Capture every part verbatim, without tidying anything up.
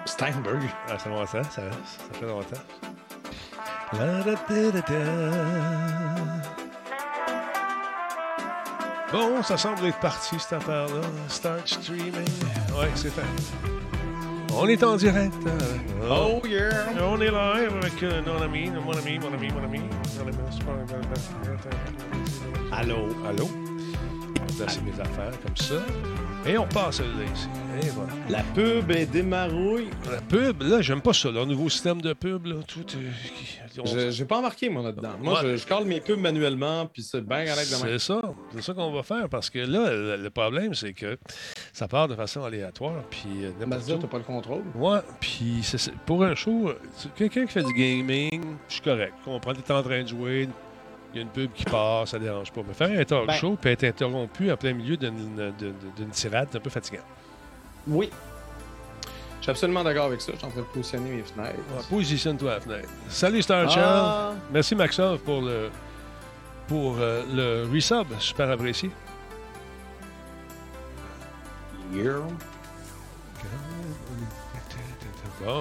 Steinberg. Ah, ça fait longtemps, ça, ça fait longtemps. La, da, da, da, da. Bon, ça semble être parti, cette affaire-là. Start streaming. Ouais, c'est fait. On est en direct. Oh, oh yeah! On est live avec euh, mon ami, mon ami, mon ami, mon ami. Allô? Allô? Je vais placer mes affaires comme ça. Et on passe là ici. Et voilà. La pub est démarrouille. La pub, là, j'aime pas ça. Le nouveau système de pub, là, tout. Euh, on... Je, j'ai pas embarqué, moi, là-dedans. Moi, ouais. je, je colle mes pubs manuellement, puis c'est bien correct de même. C'est ça. C'est ça qu'on va faire, parce que là, le, le problème, c'est que ça part de façon aléatoire, puis... Ben, ça, t'as pas le contrôle. Ouais, puis c'est, c'est, pour un show, quelqu'un qui fait du gaming, je suis correct. On comprend, t'es en train de jouer, il y a une pub qui passe, ça dérange pas. Mais faire un talk ben, show puis être interrompu en plein milieu d'une, d'une, d'une tirade, c'est un peu fatigant. Oui. Je suis absolument d'accord avec ça. Je suis en train de positionner mes fenêtres. Ouais, positionne-toi à la fenêtre. Salut Star Child. Ah. Merci Maxov pour le pour euh, le resub. Super apprécié. Yeah. Bon.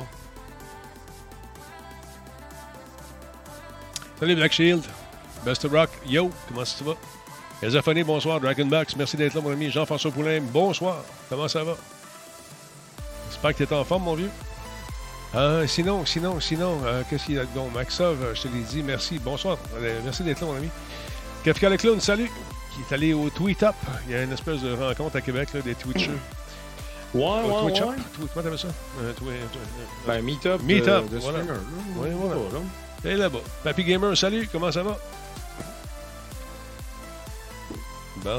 Salut Black Shield. Best of Rock. Yo, comment ça va? Elzaphonie, bonsoir. Dragonbox, merci d'être là, mon ami. Jean-François Poulain, bonsoir. Comment ça va? J'espère que tu es en forme, mon vieux. Euh, sinon, sinon, sinon, euh, qu'est-ce qu'il y a donc? Maxov, je te l'ai dit, merci. Bonsoir. Euh, merci d'être là, mon ami. Kafka le Clown, salut. Qui est allé au Tweet Up. Il y a une espèce de rencontre à Québec, là, des Twitchers. Ouais, euh, ouais, Twitch ouais. Up. Tweet, comment t'appelles ça? Euh, twi- euh, ben, Meetup. Meetup, de, de voilà. streamer, Oui, voilà. voilà. Et là-bas. Papy Gamer, salut. Comment ça va? Bon.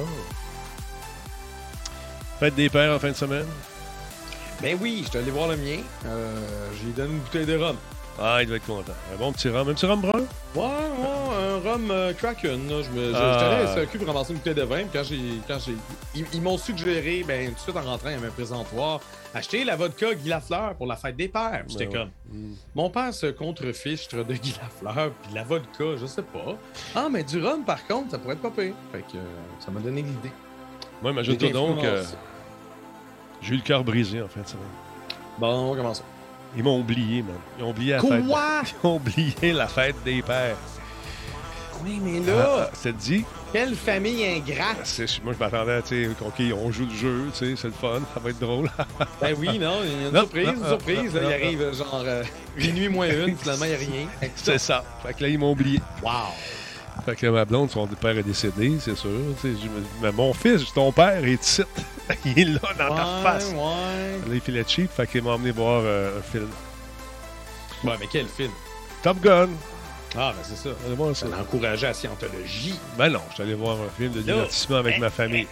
Fête des pères en fin de semaine. Ben oui, je suis allé voir le mien. Euh, j'ai donné une bouteille de rhum. Ah, il doit être content. Un bon petit rhum. Un petit rhum brun? Ouais, ouais, un rhum euh, Kraken. Là. Je me, Ah. J'étais allé à la S A Q pour ramasser une bouteille de vin. Puis quand j'ai, quand j'ai, ils, ils m'ont suggéré, ben, tout de suite en rentrant, il y avait un présentoir, acheter la vodka Guy Lafleur pour la fête des pères. Puis j'étais ben, comme, ouais. Mon père se contrefichtre de Guy Lafleur, puis la vodka, je sais pas. Ah, mais du rhum, par contre, ça pourrait être pas pire. Fait que euh, ça m'a donné l'idée. Moi, imagine-toi donc, euh, j'ai eu le cœur brisé en fin de semaine. Bon, comment ça? Ils m'ont oublié, man. Ils ont oublié la Quoi? fête. Ils ont oublié la fête des pères. Oui, mais là... Ah, ça te dit? Quelle famille ingrate! C'est, moi, je m'attendais à, tu sais, OK, on joue le jeu, tu sais, c'est le fun, ça va être drôle. Ben oui, non, il y a une non, surprise, non, une surprise. non, là, non, il arrive non. genre euh, minuit moins une, finalement, il n'y a rien. C'est ça. Fait que là, ils m'ont oublié. Wow! Fait que ma blonde, son père est décédé, c'est sûr. Je me... Mais mon fils, ton père est ici. Il est là, dans ouais, ta face. Ouais. Là, il filait cheap, fait qu'il m'a emmené voir euh, un film. Ouais, mais quel film? Top Gun. Ah, ben c'est ça. Voir ça. Ça l'a encouragé à la scientologie. Ben non, je suis allé voir un film de divertissement avec ma famille.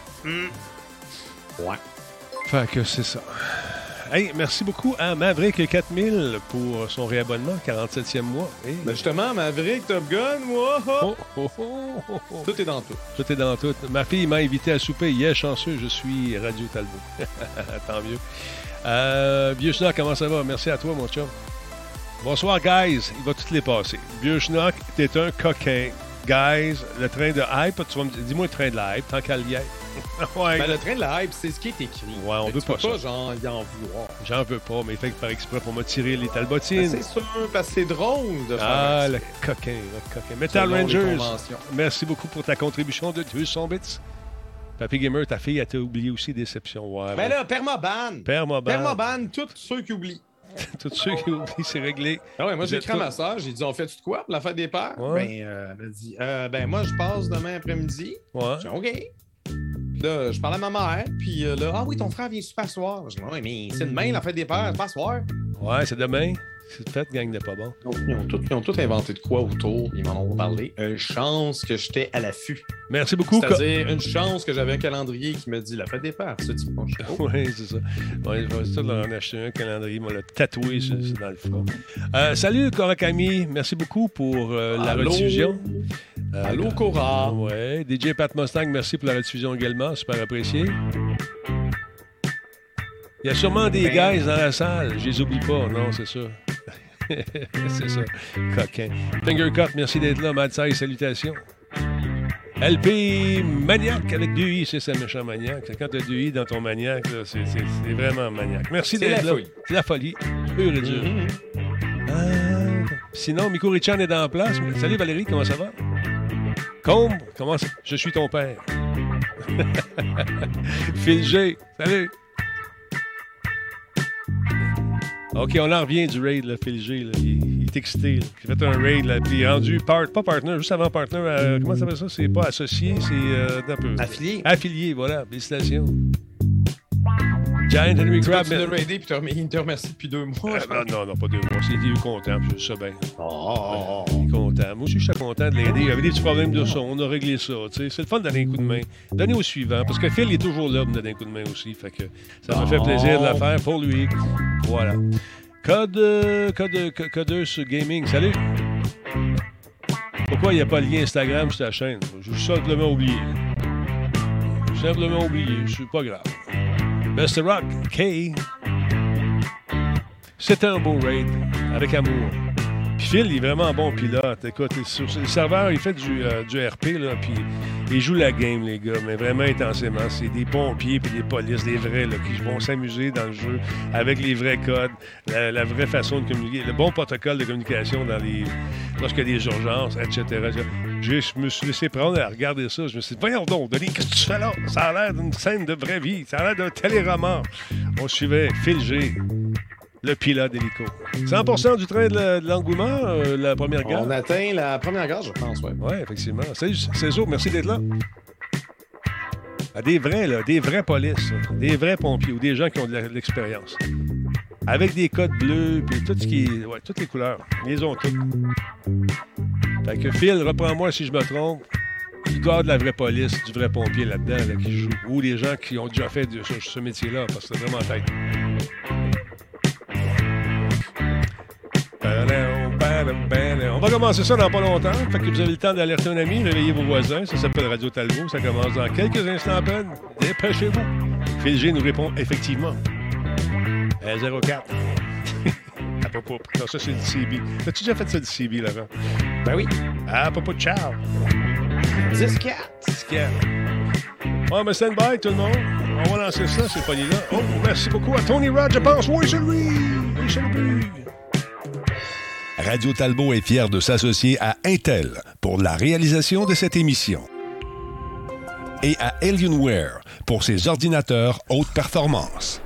Ouais. Fait que c'est ça. Hey, merci beaucoup à Maverick quatre mille pour son réabonnement, quarante-septième mois. Hey. Ben justement, Maverick, Top Gun, moi, oh, oh, oh, oh, oh. Tout est dans tout. Tout est dans tout. Ma fille m'a invité à souper. Hier, chanceux, je suis Radio Talbot. Tant mieux. Euh, Vieux Schnock, comment ça va? Merci à toi, mon chum. Bonsoir, guys. Il va toutes les passer. Vieux Schnock, t'es un coquin. Guys, le train de hype, tu vas me... dis-moi le train de la hype, tant qu'à l'y être. Ouais. Ben, le train de la hype, c'est ce qui est écrit. Ouais, on mais veut tu pas peux ça. pas, genre, y en vouloir. J'en veux pas, mais il fait que par exprès pour me tirer les talbotines. Ben, c'est sûr, parce que c'est drôle de faire Ah, ça. le coquin, le coquin. Metal Rangers, merci beaucoup pour ta contribution de deux cents bits. Papy Gamer, ta fille, elle t'a oublié aussi, déception. Ouais, ben là, permaban. Permaban. Permaban, tous ceux qui oublient. Tous ceux qui oublient, c'est réglé. Ah ouais, moi, j'ai écrit à tout... ma soeur, j'ai dit, on fait-tu de quoi pour la fête des pères? Ouais. Ben, euh, elle a dit, euh, ben, moi, je passe demain après-midi. Ouais. J'ai dit, OK. Puis là, je parlais à ma mère, puis euh, là, ah oui, ton frère vient super soir. Je dis, ouais, mais c'est demain, la fête des pères, c'est pas soir. Ouais, c'est demain. C'est fait, gang de pas bon. Ils ont, tout, ils ont tout inventé de quoi autour, ils m'en ont parlé. Une chance que j'étais à l'affût. Merci beaucoup. C'est-à-dire, une chance que j'avais un calendrier qui me dit la fête des pères, ce dimanche. Oui, c'est ça. Ouais, je vais tout leur en acheter un calendrier, il m'a le tatoué c'est, c'est dans le front. Euh, salut, Korakami. Merci beaucoup pour euh, la Allô? rediffusion. Euh, Allô, Cora. Ouais. D J Pat Mustang, merci pour la rediffusion également. Super apprécié. Il y a sûrement des ben... guys dans la salle. Je les oublie pas. Non, c'est ça. c'est ça. Coquin. Finger Cut, merci d'être là. Mad Size, salutations. L P Maniac avec deux i, c'est ça, méchant maniaque. Quand t'as deux i dans ton maniaque, là, c'est, c'est, c'est vraiment maniaque. Merci c'est d'être la là. folie. C'est la folie. Pure et dure. Mm-hmm. Euh, sinon, Miko Richan est dans la place. Salut Valérie, comment ça va? Combe, comment ça? Je suis ton père. Phil G, salut. OK, on en revient du raid, là, Phil G. Là. Il, il est excité. Là. Il a fait un raid, là, puis il est rendu part, pas partner, juste avant partner. Euh, comment ça s'appelle ça? C'est pas associé, c'est euh, un peu. Affilié. Affilié, voilà. Félicitations. Giant Henry Crab. Tu l'as raidé puis il te remercie depuis deux mois. Euh, non, non, non, pas deux mois. C'est, il est content, puis je sais bien. Oh. Il est content. Moi aussi, je suis content de l'aider. Il y avait des petits problèmes de son. On a réglé ça. T'sais. C'est le fun de donner un coup de main. Donner au suivant. Parce que Phil est toujours là pour me donner un coup de main aussi. Fait que ça m'a fait plaisir de le faire pour lui. Voilà. Code, euh, code, code, Codeus Gaming, salut! Pourquoi il n'y a pas le lien Instagram sur ta chaîne? Je suis simplement oublié. Simplement oublié, c'est pas grave. Best Rock, K. C'était un beau raid, avec amour. Puis Phil, il est vraiment un bon pilote. Écoute, sur le serveur, il fait du, euh, du R P, là, puis il joue la game, les gars, mais vraiment intensément. C'est des pompiers puis des polices, des vrais, là, qui vont s'amuser dans le jeu avec les vrais codes, la, la vraie façon de communiquer, le bon protocole de communication dans les lorsqu'il y a des urgences, et cetera. Je, je me suis laissé prendre à regarder ça. Je me suis dit, voyons donc, Denis, qu'est-ce que tu fais là? Ça a l'air d'une scène de vraie vie. Ça a l'air d'un téléroman. On suivait Phil G. Le pilote d'hélico. cent pour cent du train de, de l'engouement, euh, la première gare. On atteint la première gare, je pense, oui. Oui, effectivement. Salut, Cézo, merci d'être là. À des vrais, là, des vrais polices, là, des vrais pompiers ou des gens qui ont de, la, de l'expérience. Avec des codes bleus, puis tout ce qui est, ouais, toutes les couleurs. Ils les ont toutes. Fait que Phil, reprends-moi si je me trompe. Il doit y avoir de la vraie police, du vrai pompier là-dedans là, qui joue. Ou des gens qui ont déjà fait de, ce, ce métier-là, parce que c'est vraiment tête. On va commencer ça dans pas longtemps. Fait que vous avez le temps d'alerter un ami, réveiller vos voisins. Ça s'appelle Radio Talbot. Ça commence dans quelques instants à peine. Dépêchez-vous. Phil G nous répond effectivement. Euh, zéro quatre. Ah, papa. Non, ça, c'est du C B. As-tu déjà fait ça du C B, Laurent? Ben oui. Ah, papa, ciao. dix quatre. dix quatre. Bon, mais stand by, tout le monde. On va lancer ça, c'est pas là. Oh, merci beaucoup à Tony Rod, je pense. Oui, c'est lui. Oui, c'est lui. Radio Talbot est fier de s'associer à Intel pour la réalisation de cette émission et à Alienware pour ses ordinateurs haute performance.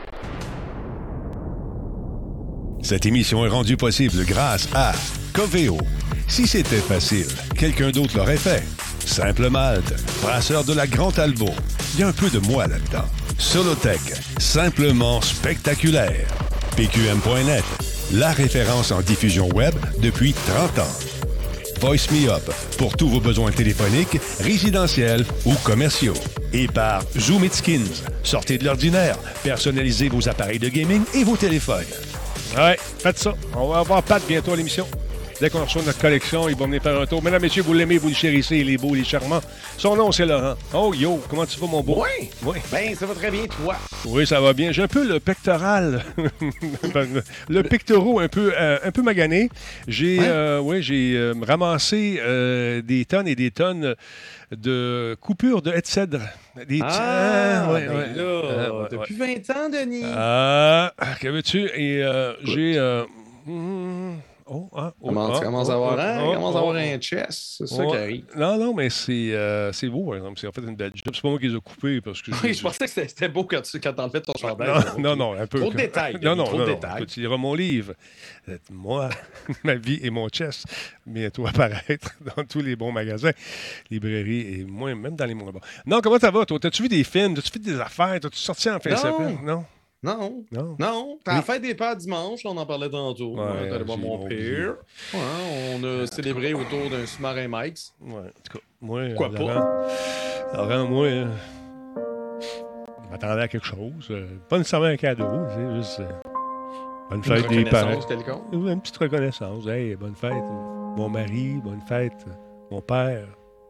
Cette émission est rendue possible grâce à Coveo. Si c'était facile, quelqu'un d'autre l'aurait fait. Simple Malte, brasseur de la Grand Talbot. Il y a un peu de moi là-dedans. Solotech, simplement spectaculaire. P Q M point net, la référence en diffusion web depuis trente ans. Voice Me Up, pour tous vos besoins téléphoniques, résidentiels ou commerciaux. Et par Zoom It Skins, sortez de l'ordinaire, personnalisez vos appareils de gaming et vos téléphones. Ouais, faites ça. On va avoir Pat bientôt à l'émission. Dès qu'on reçoit notre collection, il va venir faire un tour. Mesdames, messieurs, vous l'aimez, vous le chérissez, il est beau, il est charmant. Son nom, c'est Laurent. Oh, yo, comment tu vas, mon beau? Oui. Oui. Ben, ça va très bien, toi. Oui, ça va bien. J'ai un peu le pectoral, le pectoraux un peu, euh, un peu magané. J'ai, ouais. euh, oui, j'ai euh, ramassé euh, des tonnes et des tonnes de coupures de haie de cèdre. Des ah, ah, ouais, ben ouais. là, euh, ouais, depuis ouais. vingt ans, Denis. Ah, que veux-tu? Et euh, j'ai... Euh, mm, Oh, ah, oh, Comment, ah, tu commences oh, à avoir, oh, hein? oh, commence oh, à avoir oh, un chest, c'est ça oh, qui arrive. Non, non, mais c'est, euh, c'est beau, par exemple. C'est en fait une belle job. C'est pas moi qui les ai coupés parce que... Oui, je pensais que c'était, c'était beau quand tu quand t'en fais ton chandail. Non, non, non, un peu. Trop de détails. Non, non, trop non, de non. détails. Tu liras mon livre. Moi, ma vie et mon chest, bientôt apparaître dans tous les bons magasins, librairies et moins, même dans les moins bons. Non, comment ça va, toi? T'as-tu vu des films? T'as-tu fait des affaires? T'as-tu sorti en fin de semaine? Non. Non. Non. Non. T'as oui. fait des pères dimanche, on en parlait tantôt. Ouais, T'allais voir mon père. Ouais, on a célébré autour d'un sous-marin Mike's. Ouais, en tout cas, moi. Quoi Laurent, pas? Laurent, moi, euh, je m'attendais à quelque chose. Euh, pas nécessairement un cadeau, c'est juste. Euh, bonne fête des parents. Une petite reconnaissance. Hey, bonne fête, mon mari, bonne fête, mon père.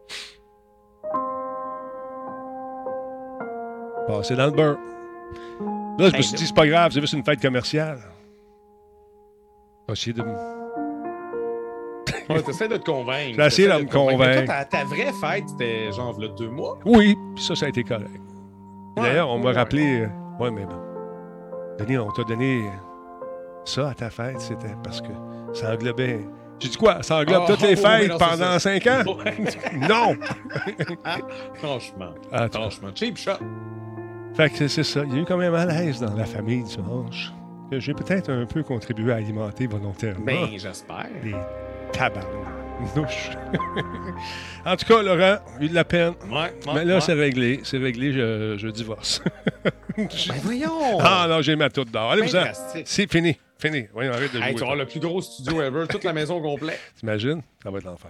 Passez dans le beurre. Là, je me suis dit, c'est pas grave, c'est juste une fête commerciale. J'ai essayé de me... Ouais, t'essaies de te convaincre. J'ai essayé de me convaincre. Toi, ta, ta vraie fête, c'était genre là, deux mois. Oui, puis ça, ça a été correct. Ouais, D'ailleurs, on ouais, m'a ouais. rappelé... euh, ouais, mais bon. Denis, on t'a donné ça à ta fête, c'était parce que ça englobait... J'ai dit quoi? Ça englobe Oh, toutes les oh, fêtes oui, non, c'est pendant ça. cinq ans? Ouais. Non! Ah, franchement. Ah, tu- Franchement. Cheap shot. Fait que c'est- c'est ça. Il y a eu quand même un malaise dans la famille dimanche. Que j'ai peut-être un peu contribué à alimenter volontairement. Ben, j'espère. Les tabarnouches. En tout cas, Laurent, eu de la peine. Ouais, ouais, Mais là, ouais. c'est réglé. C'est réglé, je, je divorce. Ben voyons! Ah non, j'ai ma toute dehors. Allez, Ben vous en. drastique. C'est fini. Fini. Voyons, arrête de jouer. Hey, tu vas avoir le plus gros studio ever, toute la maison complète. T'imagines? Ça va être l'enfer.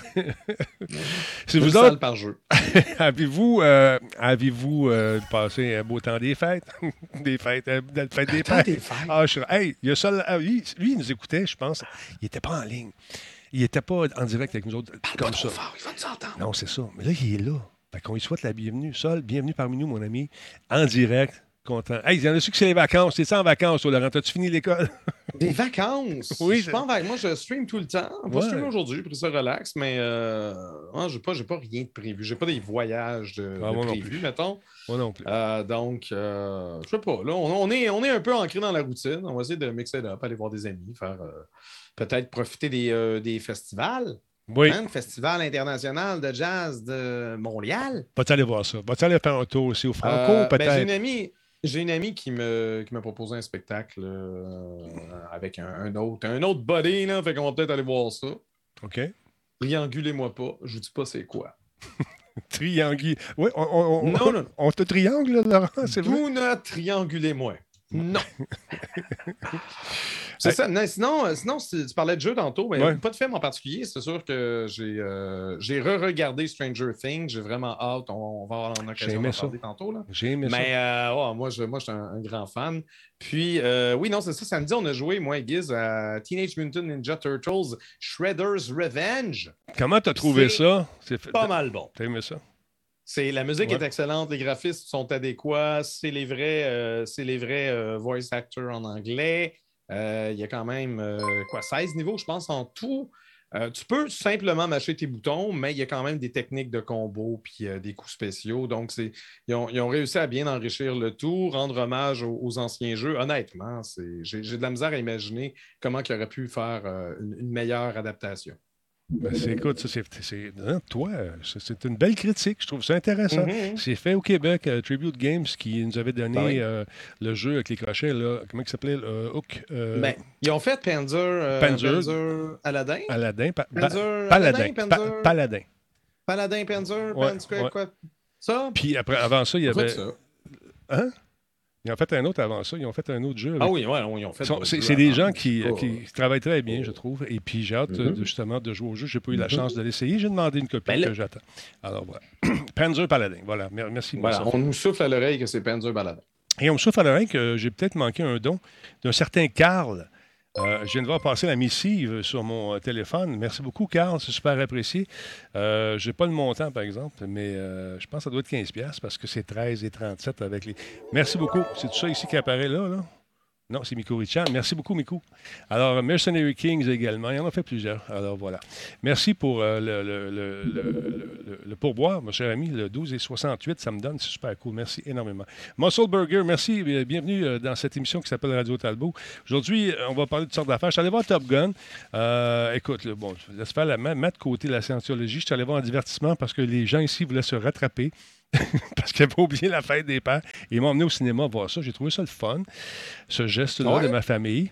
Si Une vous salle autres, par jeu. avez-vous, euh, avez-vous euh, passé un beau temps des fêtes? Des fêtes, euh, de la fête des Temps fêtes. des fêtes. Ah, je suis... Hey, il y a ça, là- ah, lui, lui, il nous écoutait, je pense. Il n'était pas en ligne. Il n'était pas en direct avec nous autres Parle comme pas trop ça. fort, il va nous entendre. Non, c'est ça. Mais là, il est là. Fait qu'on lui souhaite la bienvenue. Sol, bienvenue parmi nous, mon ami, en direct. Content. Hey, il y en a su que c'est les vacances. T'es-tu en vacances, toi, Laurent? T'as-tu fini l'école? Des vacances. Oui, Je suis pas en vacances. Moi, je stream tout le temps. Pas Ouais. stream aujourd'hui, j'ai pris ça relax, mais euh, ouais, j'ai pas, j'ai pas rien de prévu. J'ai pas des voyages de, Ah, de moi non prévus, plus. mettons. Moi non plus. Euh, donc, euh, je sais pas. Là, on, on est, on est un peu ancré dans la routine. On va essayer de mixer it up, aller voir des amis, faire euh, peut-être profiter des, euh, des festivals. Oui. Hein, le Festival international de jazz de Montréal. Va-tu aller voir ça? Va-tu aller faire un tour aussi au Franco, Euh, ben, peut-être? j'ai une amie, j'ai une amie qui me qui m'a proposé un spectacle euh, avec un, un autre un autre buddy, là, fait qu'on va peut-être aller voir ça. OK. Triangulez-moi pas, je vous dis pas c'est quoi. Triangle. Oui, on, on, on, Non, non. on te triangle, là, Laurent, c'est vrai? Do not triangulez-moi. Non. C'est ça. Non, sinon, euh, sinon si tu parlais de jeu tantôt, mais Ouais. pas de film en particulier. C'est sûr que j'ai euh, j'ai re-regardé Stranger Things. J'ai vraiment hâte. On, on va avoir J'ai l'occasion aimé d'en ça. parler tantôt. Là. J'ai aimé Mais euh, ouais, moi, je, moi, je suis un, un grand fan. Puis, euh, oui, non, c'est ça. Samedi, on a joué, moi et Giz, à Teenage Mutant Ninja Turtles Shredder's Revenge. ça. Comment t'as trouvé c'est ça? C'est fait- Pas mal bon. T'as aimé ça? C'est, la musique Ouais. est excellente, les graphismes sont adéquats, c'est les vrais, euh, c'est les vrais euh, voice actors en anglais. Euh, Il y a quand même euh, quoi, seize niveaux, je pense, en tout. Euh, tu peux simplement mâcher tes boutons, mais il y a quand même des techniques de combo puis euh, des coups spéciaux. Donc, c'est, ils, ont, ils ont réussi à bien enrichir le tout, rendre hommage aux, aux anciens jeux. Honnêtement, c'est, j'ai, j'ai de la misère à imaginer comment ils auraient pu faire euh, une, une meilleure adaptation. Ben, c'est, écoute, ça, c'est, c'est- hein, toi, c'est, c'est une belle critique. Je trouve ça intéressant. Mhm. C'est fait au Québec, euh, Tribute Games, qui nous avait donné Ben oui. euh, le jeu avec les crochets, là. Comment il s'appelait? Euh, Hook? euh, Ben, ils ont fait Panzer, euh, Panzer. Panzer Aladdin. Aladin? Pa- ba- Panzer, Paladin. Aladdin, Pa- Panzer. Paladin. Paladin Panzer, Ouais, Panzer, quoi, ouais. quoi? Ça? Puis après, avant ça, il y Pas avait... ça. Hein? Ils ont fait un autre avant ça. Ils ont fait un autre jeu. Ah avec- oui, ouais, ils ont fait. Ils sont- d'autres C'est, jeux c'est des avant, gens mais qui, c'est pas- qui travaillent très bien, je trouve. Et puis, j'ai hâte euh, Mhm. de, justement de jouer au jeu. Je n'ai pas eu la Mhm. chance de l'essayer. J'ai demandé une copie Ben là- que j'attends. Alors, voilà. Panzer Paladin. Voilà. Mer- Merci. Voilà, Moussa. on nous souffle à l'oreille que c'est Panzer Paladin. Et on me souffle à l'oreille que j'ai peut-être manqué un don d'un certain Carl. Euh, je viens de voir passer la missive sur mon euh, téléphone. Merci beaucoup, Carl. C'est super apprécié. Euh, je n'ai pas le montant, par exemple, mais euh, je pense que ça doit être quinze piastres parce que c'est treize et trente-sept avec les... Merci beaucoup. C'est tout ça ici qui apparaît là, là? Non, c'est Miku Richard. Merci beaucoup, Miku. Alors, Mercenary Kings également. Il en a fait plusieurs. Alors, voilà. Merci pour euh, le, le, le, le, le- le pourboire, mon cher ami. Le douze et soixante-huit, ça me donne. C'est super cool. Merci énormément. Muscle Burger, merci. Bien- Bienvenue euh, dans cette émission qui s'appelle Radio Talbot. Aujourd'hui, euh, on va parler de toutes sortes d'affaires. Je suis allé voir Top Gun. Euh, écoute, là, bon, laisse faire la main, mettre de côté la scientologie. Je suis allé voir un divertissement parce que les gens ici voulaient se rattraper. Parce qu'ils avaient oublié la fête des pères. Ils m'ont emmené au cinéma voir ça. J'ai trouvé ça le fun, ce geste-là Ouais. de ma famille.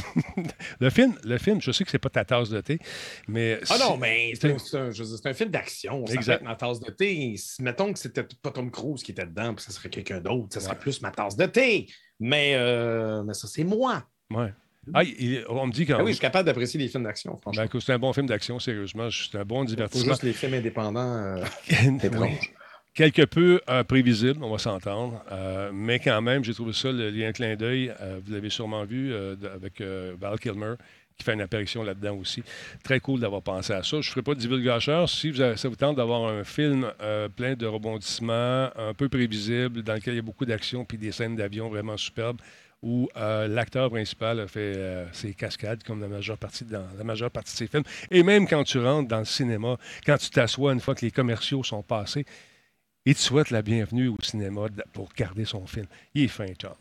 le, film, le film, je sais que c'est pas ta tasse de thé, mais... Ah non, c'est- mais c'est un, c'est un- je veux dire, c'est un film d'action. Ça Exact. peut être ma tasse de thé. Si- Mettons que c'était pas Tom Cruise qui était dedans, puis ça serait quelqu'un d'autre, ça serait Ouais. plus ma tasse de thé. Mais, euh, mais ça, c'est moi. Ouais. Ah, il- on me dit quand Ah oui, je suis capable d'apprécier les films d'action, franchement. Ben, écoute, c'est un bon film d'action, sérieusement. C'est un bon Faut divertissement. juste les films indépendants. euh, Oui. étranges. Quelque peu euh, prévisible, on va s'entendre. Euh, mais quand même, j'ai trouvé ça, le lien clin d'œil. euh, vous l'avez sûrement vu euh, de- avec euh, Val Kilmer, qui fait une apparition là-dedans aussi. Très cool d'avoir pensé à ça. Je ne ferai pas de divulgateur. Si vous avez- ça vous tente d'avoir un film euh, plein de rebondissements, un peu prévisible, dans lequel il y a beaucoup d'action puis des scènes d'avion vraiment superbes, où euh, l'acteur principal a fait euh, ses cascades comme la majeure partie dans la majeure partie de ses films. Et même quand tu rentres dans le cinéma, quand tu t'assois une fois que les commerciaux sont passés, il te souhaite la bienvenue au cinéma pour regarder son film. Il est fin, Tom.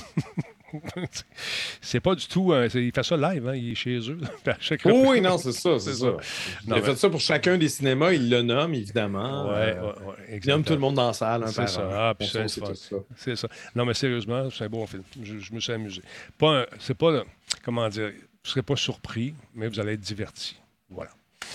C'est pas du tout. Hein, il fait ça live, hein, il est chez eux. Oh, oui, non, c'est ça. C'est, c'est ça. ça. Il non, a mais... fait ça pour chacun des cinémas. Il le nomme, évidemment. Oui, euh, ouais, ouais, il nomme tout le monde dans la salle. Hein, c'est ça. Ah, puis c'est, c'est, ça. c'est ça. Non, mais sérieusement, c'est un bon film. Je, je me suis amusé. Pas un, c'est pas. Comment dire. Vous ne serez pas surpris, mais vous allez être divertis. Voilà.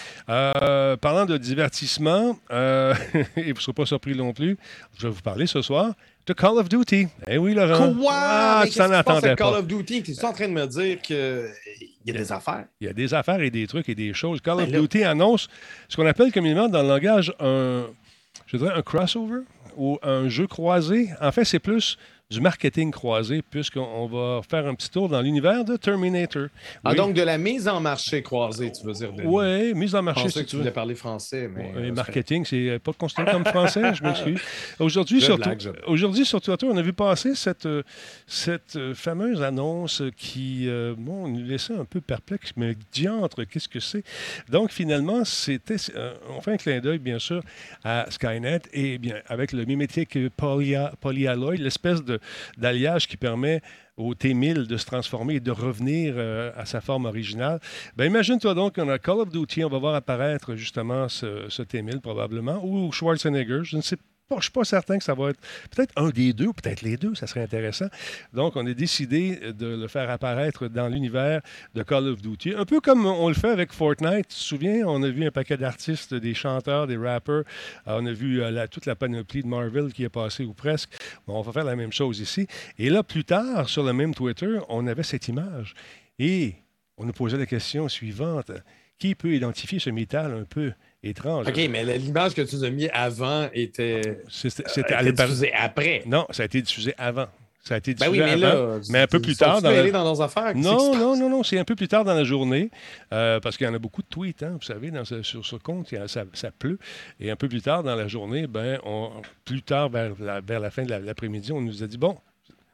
Euh, parlant de divertissement, euh, et vous ne serez pas surpris non plus, je vais vous parler ce soir de Call of Duty. Eh oui, Laurent. Quoi? Ah, tu t'en attendais pas. Call of Duty, tu es en train de me dire qu'il y a des affaires? Il y a des affaires et des trucs et des choses. Call of ben Duty annonce ce qu'on appelle communément dans le langage un, je dirais un crossover ou un jeu croisé. En fait, c'est plus du marketing croisé, puisqu'on va faire un petit tour dans l'univers de Terminator. Ah, oui. Donc de la mise en marché croisée, tu veux dire? Oui, mise en marché. Je pensais si que tu voulais parler français, mais... Ouais, marketing, c'est pas considéré comme français, je m'excuse. Aujourd'hui, sur, blague, aujourd'hui, sur Twitter, on a vu passer cette, cette fameuse annonce qui euh, bon, nous laissait un peu perplexe, mais diantre, qu'est-ce que c'est? Donc, finalement, c'était... Euh, on fait un clin d'œil, bien sûr, à Skynet, et bien, avec le mimétique polya, polyalloy, l'espèce de d'alliage qui permet au T mille de se transformer et de revenir euh, à sa forme originale. Ben, imagine-toi donc qu'on a Call of Duty, on va voir apparaître justement ce, ce T mille probablement, ou Schwarzenegger, je ne sais pas. Je ne suis pas certain que ça va être peut-être un des deux, ou peut-être les deux, ça serait intéressant. Donc, on a décidé de le faire apparaître dans l'univers de Call of Duty. Un peu comme on le fait avec Fortnite. Tu te souviens, on a vu un paquet d'artistes, des chanteurs, des rappers. On a vu euh, la, toute la panoplie de Marvel qui est passée, ou presque. Bon, on va faire la même chose ici. Et là, plus tard, sur le même Twitter, on avait cette image. Et on nous posait la question suivante. Qui peut identifier ce métal un peu étrange? OK, mais l'image que tu nous as mis avant était, c'était, c'était euh, était diffusée après. Non, ça a été diffusé avant. Ça a été diffusé ben oui, mais avant, là, mais un peu plus tard. Dans, la... dans nos affaires? Non, non, non, non, c'est un peu plus tard dans la journée, euh, parce qu'il y en a beaucoup de tweets, hein, vous savez, dans ce, sur ce compte, il y a, ça, ça pleut. Et un peu plus tard dans la journée, ben, on, plus tard, vers la, vers la fin de la, l'après-midi, on nous a dit, bon,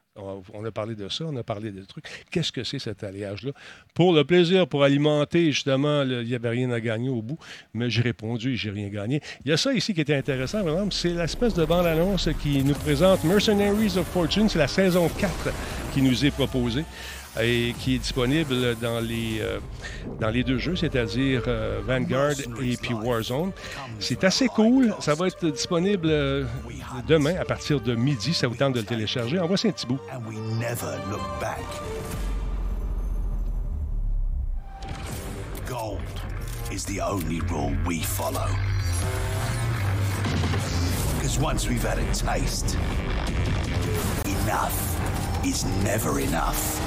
on a parlé de ça, on a parlé de trucs. Qu'est-ce que c'est cet alliage-là? Pour le plaisir, pour alimenter, justement, il n'y avait rien à gagner au bout, mais j'ai répondu et j'ai rien gagné. Il y a ça ici qui était intéressant, par exemple, c'est l'espèce de bande-annonce qui nous présente Mercenaries of Fortune, c'est la saison quatre qui nous est proposée et qui est disponible dans les, euh, dans les deux jeux, c'est-à-dire euh, Vanguard et puis Warzone. C'est assez cool. Ça va être disponible euh, demain à partir de midi. Ça vous tente de le télécharger. Envoie un petit bout. Gold is the only rule we follow. Because once we've had a taste, enough is never enough.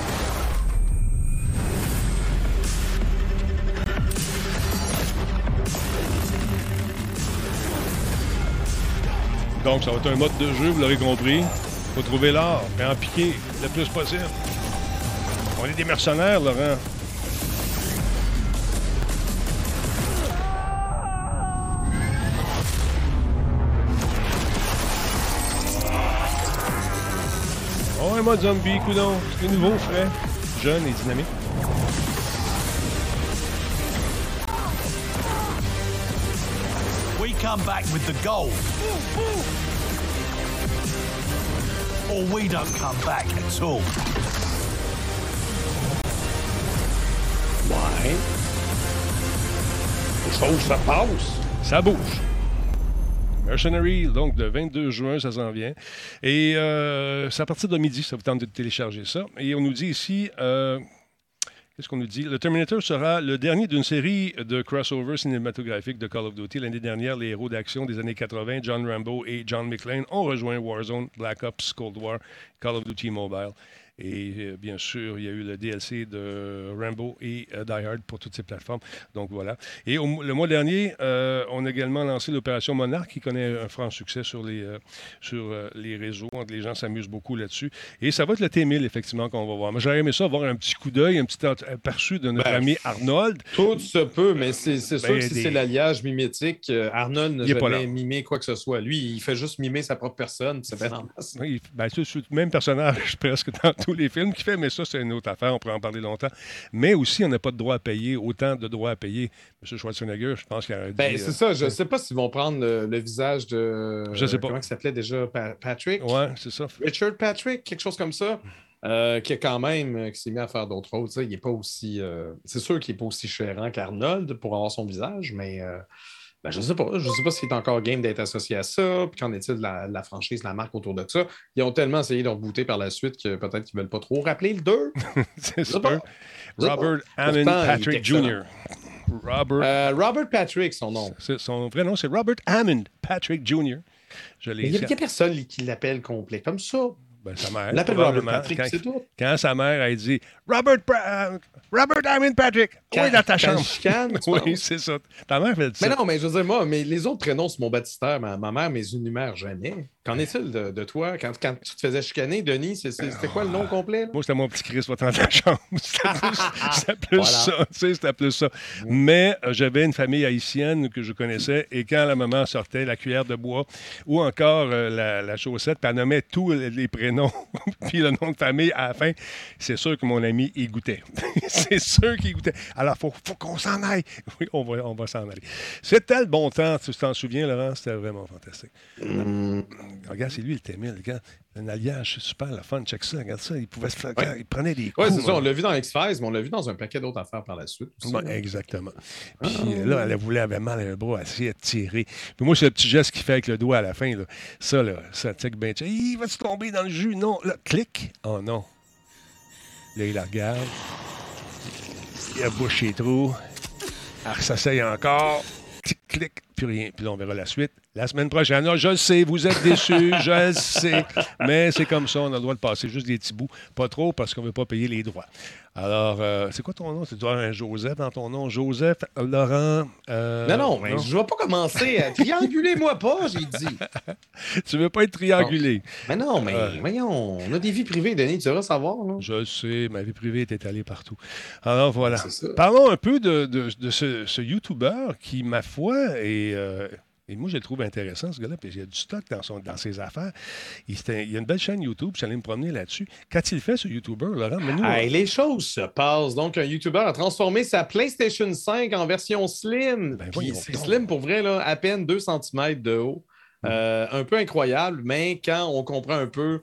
Donc, ça va être un mode de jeu, vous l'aurez compris. Il faut trouver l'or et en piquer le plus possible. On est des mercenaires, Laurent. Oh, un mode zombie, coudonc. C'est nouveau, frais, jeune et dynamique. We come back with the gold. Or we don't come back at all. Ouais. Les choses, ça passe. Ça bouge. Mercenary, donc de vingt-deux juin, ça s'en vient. Et euh, c'est à partir de midi, ça vous tente de télécharger ça. Et on nous dit ici... Euh, Qu'est-ce qu'on nous dit? Le Terminator sera le dernier d'une série de crossovers cinématographiques de Call of Duty. L'année dernière, les héros d'action des années quatre-vingt, John Rambo et John McClane, ont rejoint Warzone, Black Ops, Cold War, Call of Duty Mobile. Et euh, bien sûr, il y a eu le D L C de Rambo et euh, Die Hard pour toutes ces plateformes. Donc voilà. Et au, le mois dernier, euh, on a également lancé l'opération Monarch qui connaît un franc succès sur les, euh, sur, euh, les réseaux. Les gens s'amusent beaucoup là-dessus. Et ça va être le T mille, effectivement, qu'on va voir. Mais j'aurais aimé ça, avoir un petit coup d'œil, un petit aperçu de notre ben, ami Arnold. Tout se peut, mais c'est, c'est sûr ben, que si des... c'est l'alliage mimétique, euh, Arnold n'a jamais mimé quoi que ce soit. Lui, il fait juste mimer sa propre personne. C'est bien en masse. Oui, ben, c'est le même personnage presque dans tout. tous les films qu'il fait, mais ça, c'est une autre affaire, on pourrait en parler longtemps. Mais aussi, on n'a pas de droit à payer, autant de droits à payer. M. Schwarzenegger, je pense qu'il a dit... Ben, c'est euh, ça, je ne sais pas s'ils vont prendre le, le visage de... Je sais pas. Comment il s'appelait déjà? Pa- Patrick? Ouais, c'est ça. Richard Patrick, quelque chose comme ça. Euh, qui a quand même euh, qui s'est mis à faire d'autres choses. Il est pas aussi. Euh, c'est sûr qu'il n'est pas aussi chérant qu'Arnold pour avoir son visage, mais euh, ben, je ne sais pas. Je ne sais pas s'il est encore game d'être associé à ça. Puis qu'en est-il de la, de la franchise, de la marque autour de ça? Ils ont tellement essayé de rebooter par la suite que peut-être qu'ils ne veulent pas trop rappeler le deux. C'est sûr. Robert Hammond Patrick junior Robert... Euh, Robert Patrick, son nom. C'est, son vrai nom, c'est Robert Hammond Patrick junior Je l'ai... Il n'y a, a personne qui l'appelle complet comme ça. Ben, sa mère. L'appelle Robert Patrick, quand, c'est tout. Quand sa mère a dit Robert, uh, Robert Hammond Patrick, quand, oui, dans ta chambre. Chicane, oui, c'est ça. Ta mère fait ça. Mais non, mais je veux dire, moi, mais les autres prénoms sur mon baptistère, ma, ma mère, mes énumère jamais. Qu'en est-il de, de toi? Quand, quand tu te faisais chicaner, Denis, c'est, c'est, c'était quoi le nom complet? Là? Moi, c'était mon petit Chris, va dans ta chambre. C'était plus, c'était plus voilà. ça. Tu sais, c'était plus ça. Mais euh, j'avais une famille haïtienne que je connaissais et quand la maman sortait, la cuillère de bois ou encore euh, la, la chaussette, puis elle nommait tous les prénoms puis le nom de famille à la fin, c'est sûr que mon ami, il goûtait. C'est sûr qu'il goûtait. Alors, il faut, faut qu'on s'en aille. Oui, on va, on va s'en aller. C'était le bon temps. Tu t'en souviens, Laurent? C'était vraiment fantastique. Mm. Regarde, c'est lui le Témil. Regarde, un alliage super, le fun. Check ça. Regarde ça. Il pouvait se faire... Ouais. Il prenait des coups. Oui, c'est ça. On l'a vu dans X-Files, mais on l'a vu dans un paquet d'autres affaires par la suite. Aussi, ouais, exactement. Puis ah, là, elle voulait, avait mal à un bras, elle essayait de tirer. Puis moi, c'est le petit geste qu'il fait avec le doigt à la fin. Là. Ça, là, ça tic bien. Il va se tomber dans le jus. Non. Là, clic. Oh non. Là, il la regarde. Il a bouche les trous. Elle s'essaye encore. Clic, clic. Plus rien. Puis là, on verra la suite la semaine prochaine. Non, je le sais, vous êtes déçus, je le sais. Mais c'est comme ça, on a le droit de passer juste des petits bouts. Pas trop parce qu'on ne veut pas payer les droits. Alors, euh, c'est quoi ton nom? Tu dois avoir un Joseph dans ton nom. Joseph, Laurent... Euh, non, non, mais non? je ne vais pas commencer à trianguler moi pas, j'ai dit. Tu veux pas être triangulé. Non. Mais non, mais euh, voyons, on a des vies privées, Denis, tu devrais savoir. Là. Je le sais, ma vie privée est étalée partout. Alors, voilà. Parlons un peu de, de, de ce, ce YouTuber qui, ma foi, est... Euh, Et moi, je le trouve intéressant, ce gars-là, puis il y a du stock dans, son, dans ses affaires. Il, il y a une belle chaîne YouTube, je suis allé me promener là-dessus. Qu'a-t-il fait, ce YouTuber, Laurent? Nous, hey, les choses se passent. Donc, un YouTuber a transformé sa PlayStation cinq en version slim. Ben, puis c'est donc. Slim, pour vrai, là, à peine deux centimètres de haut. Mmh. Euh, un peu incroyable, mais quand on comprend un peu,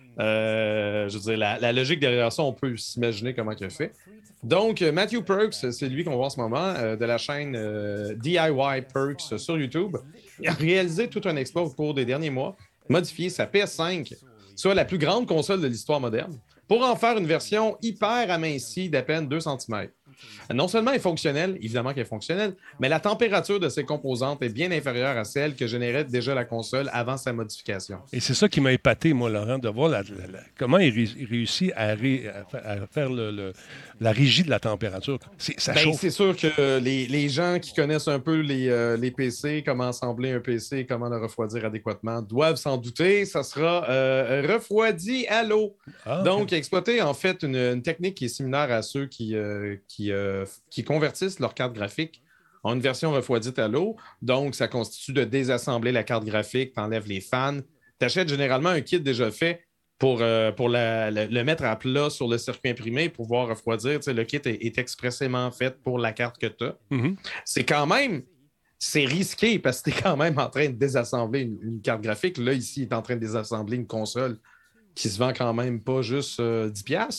euh, je veux dire, la, la logique derrière ça, on peut s'imaginer comment il a fait. Donc, Matthew Perks, c'est lui qu'on voit en ce moment, euh, de la chaîne euh, D I Y Perks sur YouTube. Il a réalisé tout un exploit au cours des derniers mois, modifié sa P S cinq, soit la plus grande console de l'histoire moderne, pour en faire une version hyper amincie d'à peine deux centimètres. Non seulement elle est fonctionnelle, évidemment qu'elle est fonctionnelle, mais la température de ses composantes est bien inférieure à celle que générait déjà la console avant sa modification. Et c'est ça qui m'a épaté, moi, Laurent, de voir la, la, la, comment il, ré, il réussit à, ré, à, à faire le, le, la régie de la température. C'est, ça ben, c'est sûr que les, les gens qui connaissent un peu les, euh, les P C, comment assembler un P C, comment le refroidir adéquatement, doivent s'en douter. Ça sera euh, refroidi à l'eau. Ah, okay. Donc, exploiter en fait une, une technique qui est similaire à ceux qui, euh, qui, euh, qui convertissent leur carte graphique en une version refroidie à l'eau. Donc, ça constitue de désassembler la carte graphique, t'enlèves les fans. Tu achètes généralement un kit déjà fait pour, euh, pour la, le, le mettre à plat sur le circuit imprimé pour pouvoir refroidir. Tu sais, le kit est, est expressément fait pour la carte que tu as. Mm-hmm. C'est quand même... C'est risqué parce que tu es quand même en train de désassembler une, une carte graphique. Là, ici, il est en train de désassembler une console qui se vend quand même pas juste euh, dix dollars.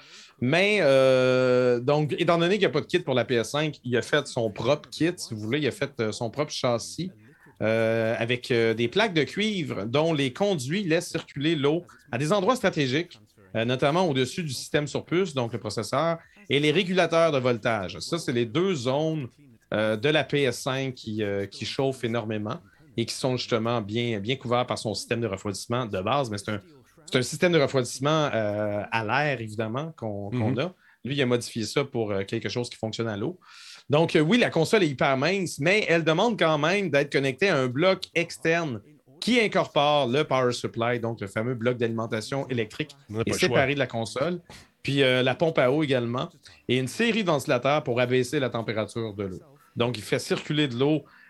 Mais, euh, donc, étant donné qu'il n'y a pas de kit pour la P S cinq, il a fait son propre kit, si vous voulez. Il a fait euh, son propre châssis euh, avec euh, des plaques de cuivre dont les conduits laissent circuler l'eau à des endroits stratégiques, euh, notamment au-dessus du système sur puce, donc le processeur, et les régulateurs de voltage. Ça, c'est les deux zones euh, de la P S cinq qui, euh, qui chauffent énormément et qui sont justement bien, bien couverts par son système de refroidissement de base, mais c'est un C'est un système de refroidissement euh, à l'air, évidemment, qu'on, mm-hmm. qu'on a. Lui, il a modifié ça pour euh, quelque chose qui fonctionne à l'eau. Donc, euh, oui, la console est hyper mince, mais elle demande quand même d'être connectée à un bloc externe qui incorpore le power supply, donc le fameux bloc d'alimentation électrique, est séparé de la console, puis euh, la pompe à eau également, et une série de ventilateurs pour abaisser la température de l'eau. Donc, il fait circuler de l'eau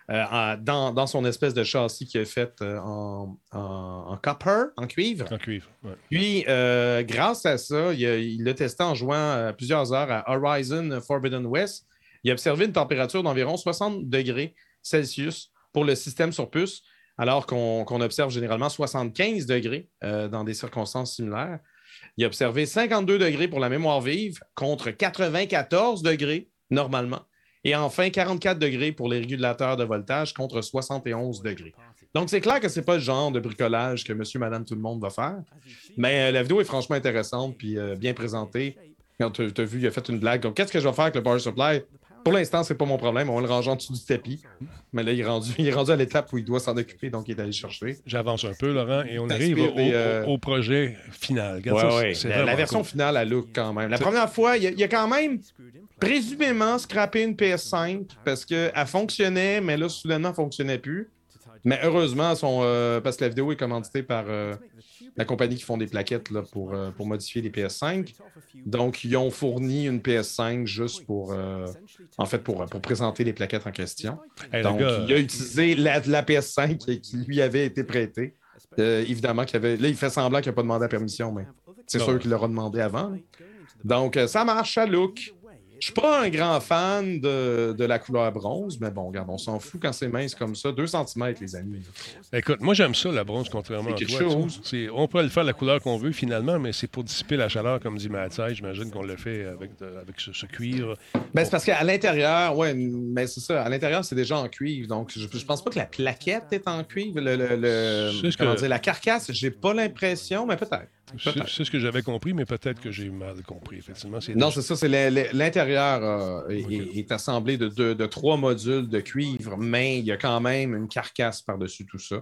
euh, en, dans, dans son espèce de châssis qu'il a fait euh, en, en, en copper, en cuivre. En cuivre, ouais. Puis, euh, grâce à ça, il, a, il l'a testé en jouant euh, plusieurs heures à Horizon Forbidden West. Il a observé une température d'environ soixante degrés Celsius pour le système sur puce, alors qu'on, qu'on observe généralement soixante-quinze degrés euh, dans des circonstances similaires. Il a observé cinquante-deux degrés pour la mémoire vive contre quatre-vingt-quatorze degrés normalement. Et enfin, quarante-quatre degrés pour les régulateurs de voltage contre soixante et onze degrés. Donc, c'est clair que ce n'est pas le genre de bricolage que monsieur, madame, tout le monde va faire. Mais euh, la vidéo est franchement intéressante puis euh, bien présentée. Quand tu as vu, il a fait une blague. Donc, qu'est-ce que je vais faire avec le power supply? Pour l'instant, c'est pas mon problème. On va le ranger en dessous du tapis. Mais là, il est rendu, il est rendu à l'étape où il doit s'en occuper, donc il est allé chercher. J'avance un peu, Laurent, et on arrive au, euh... au, au projet final. Regarde, ouais, ça, ouais. C'est la, la version cool. Finale, elle look quand même. La c'est... première fois, il y, a, il y a quand même présumément scrappé une P S cinq parce qu'elle fonctionnait, mais là, soudainement, elle ne fonctionnait plus. Mais heureusement, son, euh, parce que la vidéo est commanditée par euh, la compagnie qui font des plaquettes là, pour, euh, pour modifier les P S cinq. Donc, ils ont fourni une P S cinq juste pour, euh, en fait, pour, pour présenter les plaquettes en question. Hey, donc, gars, il a utilisé la, la P S cinq qui lui avait été prêtée. Euh, évidemment, qu'il avait, là, il fait semblant qu'il n'a pas demandé la permission, mais c'est non. sûr qu'il l'aura demandé avant. Là. Donc, euh, ça marche, ça look. Je suis pas un grand fan de, de la couleur bronze, mais bon, regarde, on s'en fout quand c'est mince comme ça. deux centimètres, les amis. Écoute, moi, j'aime ça, la bronze, contrairement c'est à toi. Chose. C'est, on peut le faire la couleur qu'on veut, finalement, mais c'est pour dissiper la chaleur, comme dit Matsai. J'imagine qu'on le fait avec, de, avec ce, ce cuivre. Ben, c'est parce qu'à l'intérieur, ouais, mais c'est ça. À l'intérieur, c'est déjà en cuivre. Donc, je, je pense pas que la plaquette est en cuivre. Le, le, le comment que... dire, la carcasse, j'ai pas l'impression, mais peut-être. C'est, c'est ce que j'avais compris, mais peut-être que j'ai mal compris, effectivement. C'est non, déjà... c'est ça. C'est l'intérieur euh, est, okay. est assemblé de, de, de trois modules de cuivre, mais il y a quand même une carcasse par-dessus tout ça.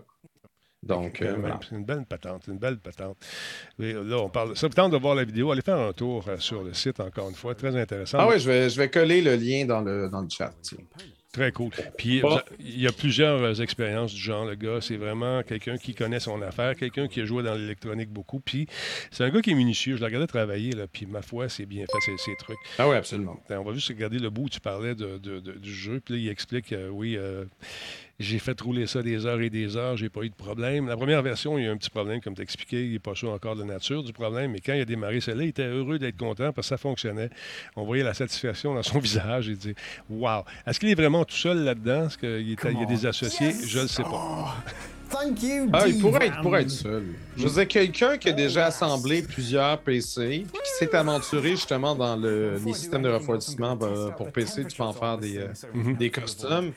Donc, euh, voilà. C'est une belle patente, une belle patente. Et là, on parle. Ça vous tente de voir la vidéo, allez faire un tour euh, sur le site, encore une fois. Très intéressant. Ah oui, je vais, je vais coller le lien dans le, dans le chat. Tiens. Très cool. Puis, oh. il y a plusieurs expériences du genre, le gars. C'est vraiment quelqu'un qui connaît son affaire, quelqu'un qui a joué dans l'électronique beaucoup. Puis, c'est un gars qui est minutieux. Je l'ai regardé travailler, là, puis ma foi, c'est bien fait, ces, ces trucs. Ah oui, absolument. On va juste regarder le bout où tu parlais de, de, de, du jeu. Puis là, il explique, euh, oui... Euh, j'ai fait rouler ça des heures et des heures, j'ai pas eu de problème. La première version, il y a eu un petit problème, comme tu as expliqué, il n'est pas sûr encore de la nature du problème, mais quand il a démarré celle-là, il était heureux d'être content parce que ça fonctionnait. On voyait la satisfaction dans son visage et dit « Wow! » Est-ce qu'il est vraiment tout seul là-dedans? Est-ce qu'il est, il y a des associés? Yes. Je ne le sais pas. Oh. Thank you, ah, il pourrait être, pourrait être seul. Je veux dire, quelqu'un qui a déjà assemblé plusieurs P C, puis qui s'est aventuré justement dans le, les systèmes de refroidissement pour P C, tu peux en faire des, euh, mm-hmm. des customs.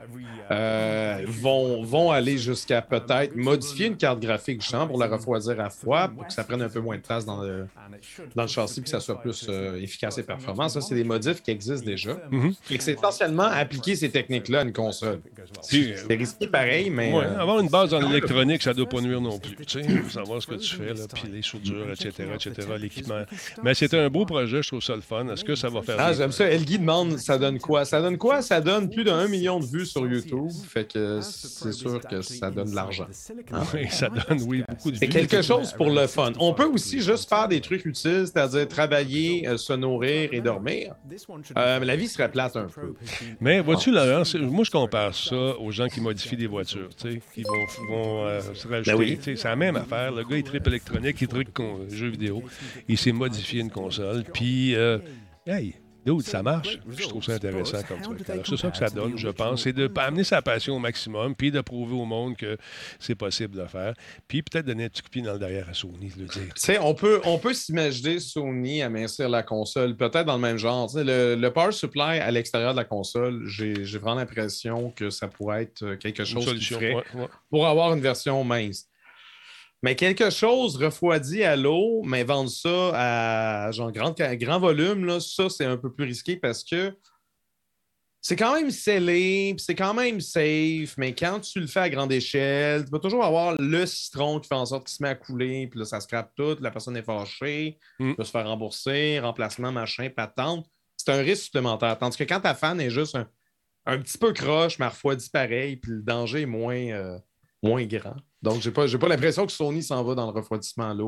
Euh, vont, vont aller jusqu'à peut-être modifier une carte graphique justement pour la refroidir à froid pour que ça prenne un peu moins de place dans le, dans le châssis et que ça soit plus euh, efficace et performant. Ça, c'est des modifs qui existent déjà. Mm-hmm. Et que c'est essentiellement appliquer ces techniques-là à une console. C'est, c'est risqué pareil, mais... Ouais, euh... avoir une base dans l'électronique, ça ne doit pas nuire non plus. Tu sais, savoir ce que tu fais, là, puis les soudures, et cetera, et cetera, l'équipement. Mais c'était un beau projet, je trouve ça le fun. Est-ce que ça va faire... Ah, j'aime ça. Elguy demande, ça donne quoi? Ça donne quoi? Ça donne plus d'un million de vues sur YouTube. Fait que c'est sûr que ça donne de l'argent. Hein? Oui, ça donne, oui, beaucoup de vues. C'est quelque chose pour le fun. On peut aussi juste faire des trucs utiles, c'est-à-dire travailler, euh, se nourrir et dormir. Euh, la vie serait plate un peu. Mais vois-tu, Laurent, moi je compare ça aux gens qui modifient des voitures, tu sais, qui vont, vont euh, se rajouter. Ben oui. C'est la même affaire. Le gars, il tripe électronique, il tripe con- jeux vidéo. Il s'est modifié une console. Puis, euh, hey, dude, ça marche. Je trouve ça intéressant comme truc. Alors, c'est ça que ça donne, je pense. C'est de amener sa passion au maximum, puis de prouver au monde que c'est possible de le faire. Puis peut-être donner un petit coup de pied dans le derrière à Sony, de le dire. Tu sais, on peut, on peut s'imaginer Sony amincir la console, peut-être dans le même genre. Tu sais, le, le power supply à l'extérieur de la console, j'ai, j'ai vraiment l'impression que ça pourrait être quelque chose qui ferait ouais, ouais. pour avoir une version mince. Mais quelque chose refroidi à l'eau, mais vendre ça à genre grand, grand volume, là, ça, c'est un peu plus risqué parce que c'est quand même scellé, puis c'est quand même safe, mais quand tu le fais à grande échelle, tu vas toujours avoir le citron qui fait en sorte qu'il se met à couler, puis là, ça scrape tout, la personne est fâchée, mm. peut se faire rembourser, remplacement, machin, patente. C'est un risque supplémentaire. Tandis que quand ta fan est juste un, un petit peu croche, mais refroidi pareil, puis le danger est moins, euh, moins grand. Donc, j'ai pas, j'ai pas l'impression que Sony s'en va dans le refroidissement à l'eau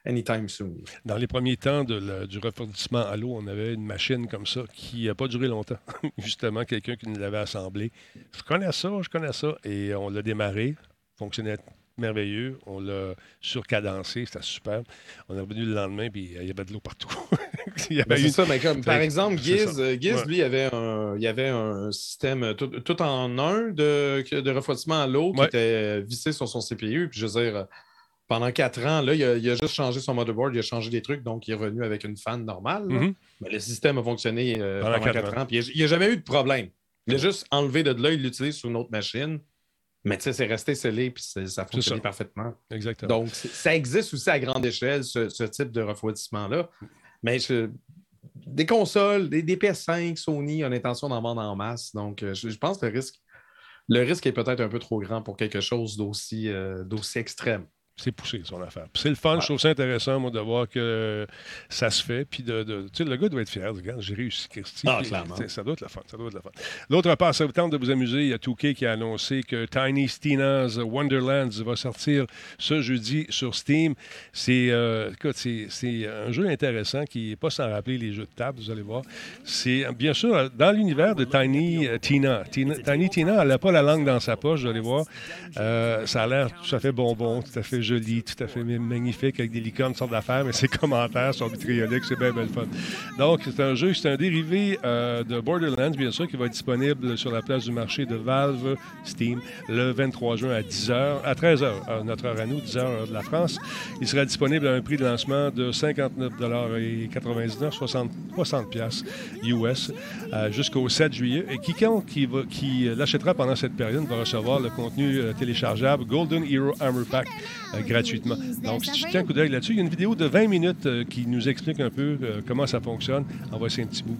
anytime soon. Dans les premiers temps de le, du refroidissement à l'eau, on avait une machine comme ça qui n'a pas duré longtemps. Justement, quelqu'un qui nous l'avait assemblé. Je connais ça, je connais ça. Et on l'a démarré, fonctionnait merveilleux. On l'a surcadencé, c'était superbe. On est revenu le lendemain, puis il y avait de l'eau partout. il y avait ben, c'est une... ça, mais comme, par exemple, Giz, Giz ouais. lui, il avait un, il avait un système tout, tout en un de, de refroidissement à l'eau qui ouais. était vissé sur son C P U. Puis je veux dire, pendant quatre ans, là, il a, il a juste changé son motherboard, il a changé des trucs, donc il est revenu avec une fan normale. Mm-hmm. Mais le système a fonctionné euh, pendant, pendant quatre ans. ans puis il n'y a, a jamais eu de problème. Il a juste enlevé de là, il l'utilise sur une autre machine. Mais tu sais, c'est resté scellé puis ça fonctionne parfaitement. Exactement. Donc, ça existe aussi à grande échelle, ce, ce type de refroidissement-là. Mais je, des consoles, des, des P S cinq, Sony ont l'intention d'en vendre en masse. Donc, je, je pense que le risque, le risque est peut-être un peu trop grand pour quelque chose d'aussi, euh, d'aussi extrême. C'est poussé, son affaire. Puis c'est le fun, ouais. Je trouve ça intéressant, moi, de voir que ça se fait. Puis, de, de, tu sais, le gars doit être fier. Regarde, j'ai réussi, Christy. Ah, puis, clairement. Ça doit être le fun. Ça doit être le fun. L'autre part, ça vous tente de vous amuser. Il y a deux K qui a annoncé que Tiny Tina's Wonderlands va sortir ce jeudi sur Steam. C'est, euh, écoute, c'est, c'est un jeu intéressant qui n'est pas sans rappeler les jeux de table, vous allez voir. C'est, bien sûr, dans l'univers de Tiny Tina. Tina Tiny Tina, elle n'a pas la langue dans sa poche, vous allez voir. Euh, ça a l'air tout à fait bonbon, tout à fait joli, tout à fait magnifique, avec des licornes, sortes d'affaires, mais ses commentaires sont vitrioliques, c'est bien, bien le fun. Donc, c'est un jeu, c'est un dérivé euh, de Borderlands, bien sûr, qui va être disponible sur la place du marché de Valve Steam le vingt-trois juin à dix heures, à treize heures, à notre heure à nous, dix heures de la France. Il sera disponible à un prix de lancement de cinquante-neuf quatre-vingt-dix-neuf, soixante piastres U S euh, jusqu'au sept juillet. Et quiconque qui, va, qui l'achètera pendant cette période va recevoir le contenu euh, téléchargeable Golden Hero Armor Pack euh, gratuitement. Donc, si tu jettes un coup d'œil là-dessus, il y a une vidéo de vingt minutes euh, qui nous explique un peu euh, comment ça fonctionne. On va essayer un petit bout.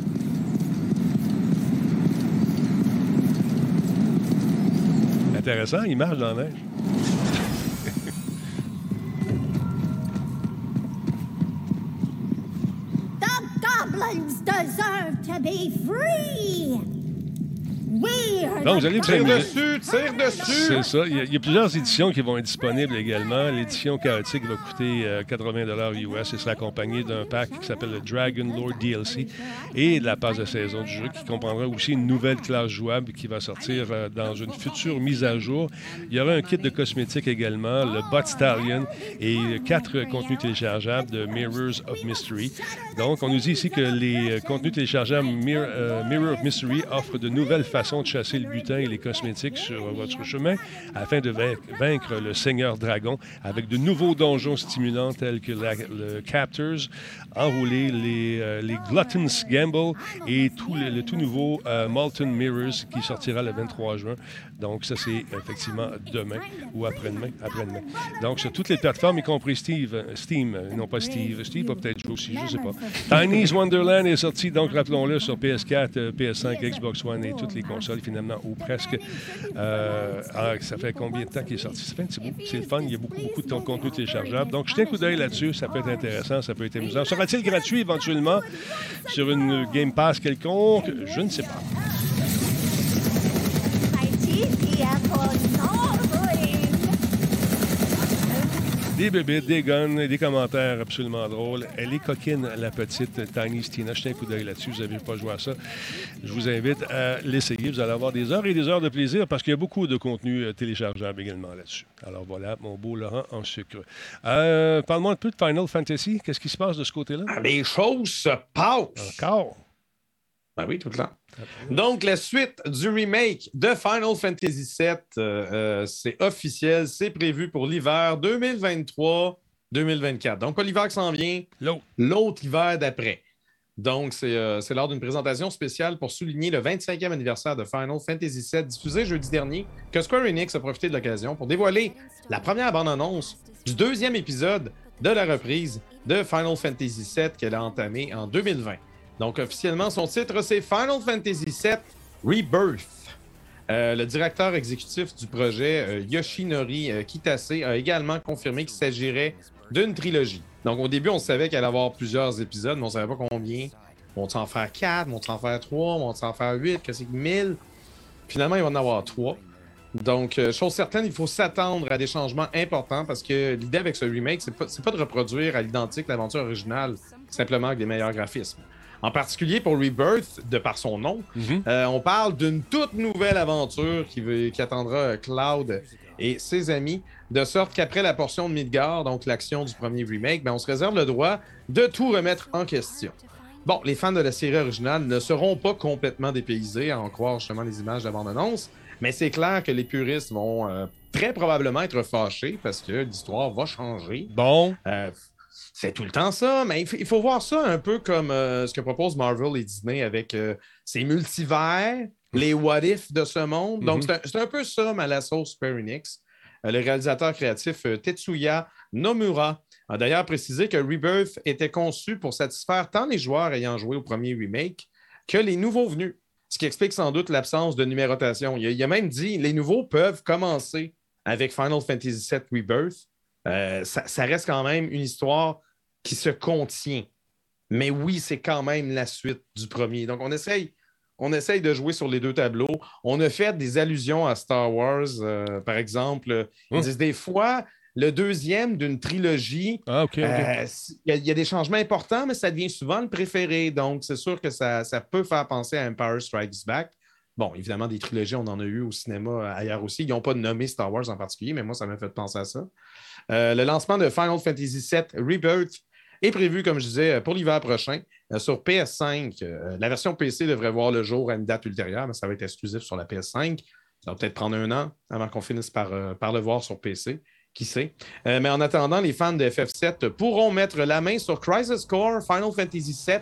Intéressant, il marche dans la neige. The goblins deserve to be free! Donc, vous allez tire dessus, tire dessus! C'est ça. Il y, a, il y a plusieurs éditions qui vont être disponibles également. L'édition chaotique va coûter euh, quatre-vingts U S et sera accompagnée d'un pack qui s'appelle le Dragon Lord D L C et de la passe de saison du jeu qui comprendra aussi une nouvelle classe jouable qui va sortir euh, dans une future mise à jour. Il y aura un kit de cosmétiques également, le Bot Stallion et quatre contenus téléchargeables de Mirrors of Mystery. Donc, on nous dit ici que les euh, contenus téléchargeables Mir- euh, Mirror of Mystery offrent de nouvelles façons de chasser le butin et les cosmétiques sur votre chemin afin de vaincre le Seigneur Dragon avec de nouveaux donjons stimulants tels que la, le Captors, enrouler les, euh, les Glutton's Gamble et tout le, le tout nouveau euh, Molten Mirrors qui sortira le vingt-trois juin. Donc, ça, c'est effectivement demain ou après-demain. après-demain. Donc, sur toutes les plateformes, y compris Steve, Steam, non pas Steve. Steve va peut-être jouer aussi, je ne sais pas. Tiny's Wonderland est sorti, donc rappelons-le, sur P S quatre, P S cinq, Xbox One et toutes les consoles, finalement, ou presque. Euh, alors, ça fait combien de temps qu'il est sorti? Ça fait un petit bout. C'est le fun. Il y a beaucoup, beaucoup de contenu téléchargeable. Donc, jetez un coup d'œil là-dessus. Ça peut être intéressant, ça peut être amusant. Sera-t-il gratuit éventuellement sur une Game Pass quelconque? Je ne sais pas. Des bébés, des guns, des commentaires absolument drôles. Elle est coquine, la petite Tiny Tina. Jetez un coup d'œil là-dessus. Vous n'avez pas joué à ça. Je vous invite à l'essayer. Vous allez avoir des heures et des heures de plaisir parce qu'il y a beaucoup de contenu téléchargeable également là-dessus. Alors voilà, mon beau Laurent en sucre. Euh, parle-moi un peu de Final Fantasy. Qu'est-ce qui se passe de ce côté-là? Les choses se passent. Encore? Ben oui, tout le temps. Donc, la suite du remake de Final Fantasy sept, euh, euh, c'est officiel, c'est prévu pour l'hiver deux mille vingt-trois deux mille vingt-quatre. Donc, pas l'hiver qui s'en vient, l'autre, l'autre hiver d'après. Donc, c'est, euh, c'est lors d'une présentation spéciale pour souligner le vingt-cinquième anniversaire de Final Fantasy sept, diffusé jeudi dernier, que Square Enix a profité de l'occasion pour dévoiler la première bande-annonce du deuxième épisode de la reprise de Final Fantasy sept qu'elle a entamée en deux mille vingt. Donc, officiellement, son titre, c'est Final Fantasy sept Rebirth. Euh, le directeur exécutif du projet, euh, Yoshinori euh, Kitase, a également confirmé qu'il s'agirait d'une trilogie. Donc, au début, on savait qu'elle allait avoir plusieurs épisodes, mais on ne savait pas combien. Vont-ils en faire quatre? Vont-ils en faire trois? Vont-ils en faire huit? Qu'est-ce que mille? Finalement, il va en avoir trois. Donc, euh, chose certaine, il faut s'attendre à des changements importants parce que l'idée avec ce remake, c'est pas, c'est pas de reproduire à l'identique l'aventure originale, simplement avec des meilleurs graphismes. En particulier pour Rebirth, de par son nom, Mm-hmm. euh, on parle d'une toute nouvelle aventure qui, veut, qui attendra euh, Cloud et ses amis, de sorte qu'après la portion de Midgard, donc l'action du premier remake, ben, on se réserve le droit de tout remettre en question. Bon, les fans de la série originale ne seront pas complètement dépaysés à en croire justement les images de la bande-annonce, mais c'est clair que les puristes vont euh, très probablement être fâchés parce que l'histoire va changer. Bon. Euh, c'est tout le temps ça, mais il faut, il faut voir ça un peu comme euh, ce que proposent Marvel et Disney avec euh, ces multivers, les what if de ce monde. Donc, Mm-hmm. c'est, un, c'est un peu ça, mais à la sauce Square Enix. Euh, le réalisateur créatif euh, Tetsuya Nomura a d'ailleurs précisé que Rebirth était conçu pour satisfaire tant les joueurs ayant joué au premier remake que les nouveaux venus. Ce qui explique sans doute l'absence de numérotation. Il a, il a même dit les nouveaux peuvent commencer avec Final Fantasy sept Rebirth. Euh, ça, ça reste quand même une histoire qui se contient. Mais oui, c'est quand même la suite du premier. Donc, on essaye, on essaye de jouer sur les deux tableaux. On a fait des allusions à Star Wars. Euh, par exemple, ils Hum. disent des fois, le deuxième d'une trilogie, Ah, OK, OK. euh, il y, y a des changements importants, mais ça devient souvent le préféré. Donc, c'est sûr que ça, ça peut faire penser à Empire Strikes Back. Bon, évidemment, des trilogies, on en a eu au cinéma ailleurs aussi. Ils n'ont pas nommé Star Wars en particulier, mais moi, ça m'a fait penser à ça. Euh, le lancement de Final Fantasy sept Rebirth est prévu, comme je disais, pour l'hiver prochain euh, sur P S cinq. Euh, la version P C devrait voir le jour à une date ultérieure, mais ça va être exclusif sur la P S cinq. Ça va peut-être prendre un an avant qu'on finisse par, euh, par le voir sur P C. Qui sait? Euh, mais en attendant, les fans de F F sept pourront mettre la main sur Crisis Core Final Fantasy sept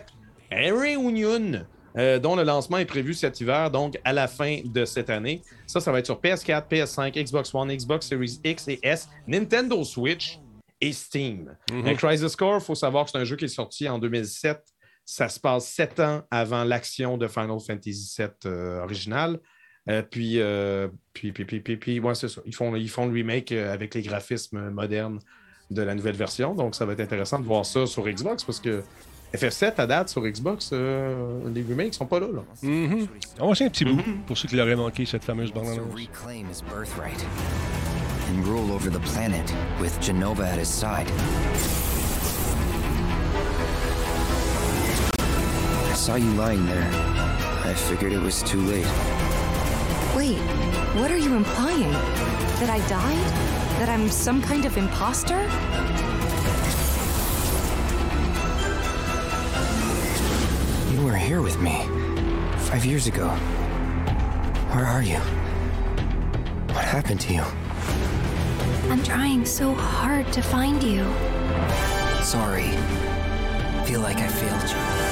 Reunion, euh, dont le lancement est prévu cet hiver, donc à la fin de cette année. Ça, ça va être sur P S quatre, P S cinq, Xbox One, Xbox Series X et S, Nintendo Switch et Steam. Mm-hmm. Euh, Crisis Core, il faut savoir que c'est un jeu qui est sorti en deux mille sept. Ça se passe sept ans avant l'action de Final Fantasy sept euh, original. Euh, puis, euh, puis, puis, puis, puis, puis, ouais, c'est ça. Ils font, ils font le remake euh, avec les graphismes modernes de la nouvelle version. Donc, ça va être intéressant de voir ça sur Xbox parce que F F sept, à date, sur Xbox, euh, les remakes sont pas là. là. Mm-hmm. On va faire un petit bout Mm-hmm. pour ceux qui l'auraient manqué, cette fameuse To bande-annonce. reclaim his birthright and rule over the planet with Genova at his side. I saw you lying there. I figured it was too late. Wait, what are you implying? That I died? That I'm some kind of imposter? You were here with me five years ago. Where are you? What happened to you? I'm trying so hard to find you. Sorry. Feel like I failed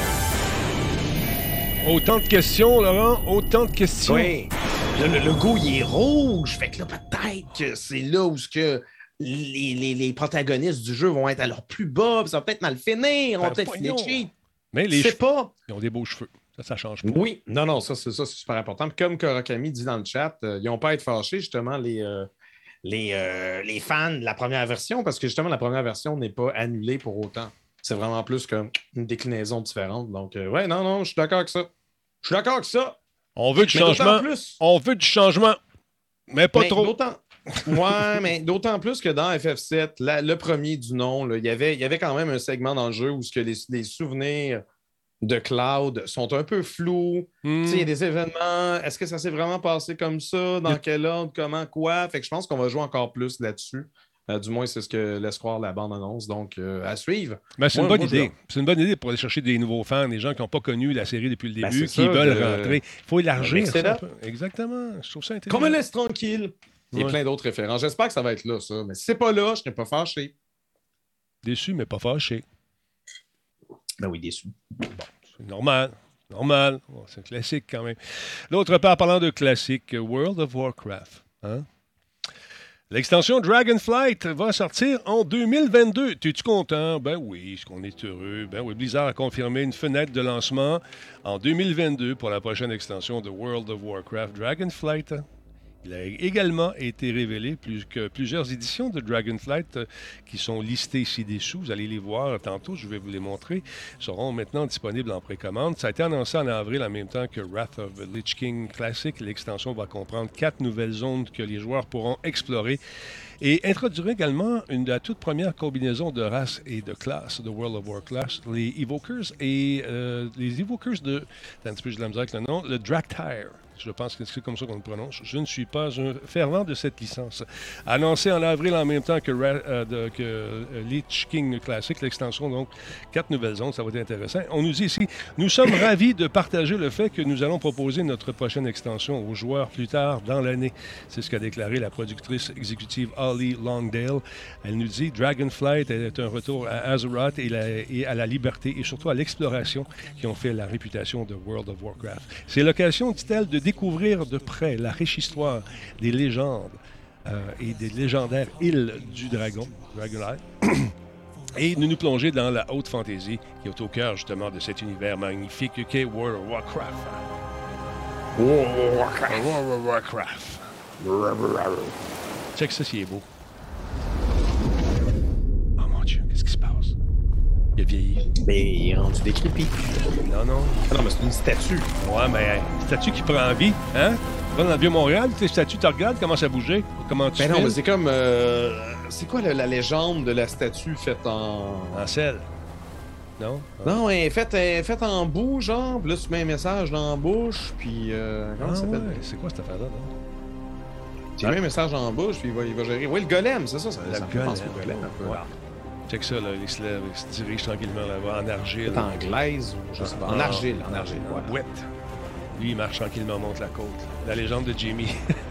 you. Autant de questions, Laurent, autant de questions. Oui. Là, le logo, il est rouge. Fait que là, peut-être que c'est là où ce que les, les, les protagonistes du jeu vont être à leur plus bas. Puis ça va peut-être mal finir. On va Ben, peut-être voyons. finir. Mais Je les sais cheveux, pas. ils ont des beaux cheveux. Ça, ça change pas. Oui, non, non, ça, c'est, ça, c'est super important. Puis comme Kurakami dit dans le chat, euh, ils n'ont pas à être fâchés, justement, les, euh, les, euh, les fans de la première version, parce que justement, la première version n'est pas annulée pour autant. C'est vraiment plus qu'une déclinaison différente. Donc, euh, ouais, non, non, je suis d'accord avec ça. Je suis d'accord avec ça. On veut du Mais changement. d'autant plus. On veut du changement, mais pas Mais trop. D'autant... ouais, mais d'autant plus que dans F F sept, la- le premier du nom, là, il y avait, il y avait quand même un segment dans le jeu où ce que les, les souvenirs de Cloud sont un peu flous. Hmm. Tu sais, il y a des événements. Est-ce que ça s'est vraiment passé comme ça? Dans Le- quel ordre? Comment? Quoi? Fait que je pense qu'on va jouer encore plus là-dessus. Euh, du moins, c'est ce que laisse croire la bande-annonce. Donc, euh, à suivre. Ben, c'est une Moi- bonne moi, je idée. l'ai. C'est une bonne idée pour aller chercher des nouveaux fans, des gens qui n'ont pas connu la série depuis le Ben, début, c'est qui ça, veulent de- rentrer. Il faut élargir Mix it ça un up. peu. Exactement. Je trouve ça intéressant. Qu'on me laisse tranquille. Il y a Ouais. plein d'autres références. J'espère que ça va être là, ça. Mais si c'est pas là, je serai pas fâché. Déçu, mais pas fâché. Ben oui, déçu. C'est normal. Normal. Bon, c'est un classique quand même. D'autre part, parlant de classique, World of Warcraft. Hein? L'extension Dragonflight va sortir en deux mille vingt-deux. T'es-tu content? Ben oui, est-ce qu'on est heureux? Ben oui, Blizzard a confirmé une fenêtre de lancement en deux mille vingt-deux pour la prochaine extension de World of Warcraft Dragonflight. Il a également été révélé plus que plusieurs éditions de Dragonflight euh, qui sont listées ci-dessous. Vous allez les voir tantôt, je vais vous les montrer. Seront maintenant disponibles en précommande. Ça a été annoncé en avril en même temps que Wrath of the Lich King Classic. L'extension va comprendre quatre nouvelles zones que les joueurs pourront explorer et introduire également une de la toute première combinaison de races et de classes de World of Warcraft, les Evokers et euh, les Evokers de... Attends un petit peu, j'ai de la misère avec le nom, le Draktyr. Je pense que c'est comme ça qu'on le prononce. Je ne suis pas un fervent de cette licence. Annoncé en avril en même temps que, euh, de, que euh, Lich King Classic, l'extension, donc quatre nouvelles zones, ça va être intéressant. On nous dit ici, nous sommes ravis de partager le fait que nous allons proposer notre prochaine extension aux joueurs plus tard dans l'année. C'est ce qu'a déclaré la productrice exécutive Holly Longdale. Elle nous dit, Dragonflight est un retour à Azeroth et, la, et à la liberté et surtout à l'exploration qui ont fait la réputation de World of Warcraft. C'est l'occasion, dit-elle, de découvrir de près la riche histoire des légendes euh, et des légendaires îles du dragon, Dragonite, et de nous plonger dans la haute fantaisie qui est au cœur justement de cet univers magnifique qu'est World of Warcraft. World of Warcraft. World of Warcraft. Check ça, si est beau. Oh mon Dieu, qu'est-ce qui se passe? Il a vieilli. Mais il est rendu décrépit. Non, non. Ah non, mais c'est une statue. Ouais, mais une statue qui prend vie, hein? Tu vas dans le Vieux-Montréal, tes statues, tu regardes comment ça bougeait, comment tu Ben non, filmes? mais c'est comme... Euh, c'est quoi la, la légende de la statue faite en... En sel. Non? Non, elle est faite, elle est faite en boue, genre, puis là, tu mets un message dans la bouche, puis... Euh, comment Ah ça s'appelle? ouais, c'est quoi cette affaire-là, non? Tu mets un message dans la bouche, puis il va, il va gérer. Oui, le golem, c'est ça, ça, ça me fait penser au golem un peu. Ouais. Check ça, là, il se lève, il se dirige tranquillement là-bas, en argile. C'est en glaise ou je sais pas. En argile, en argile, en ouais. bouette. Lui, il marche tranquillement, monte la côte. La légende de Jamie.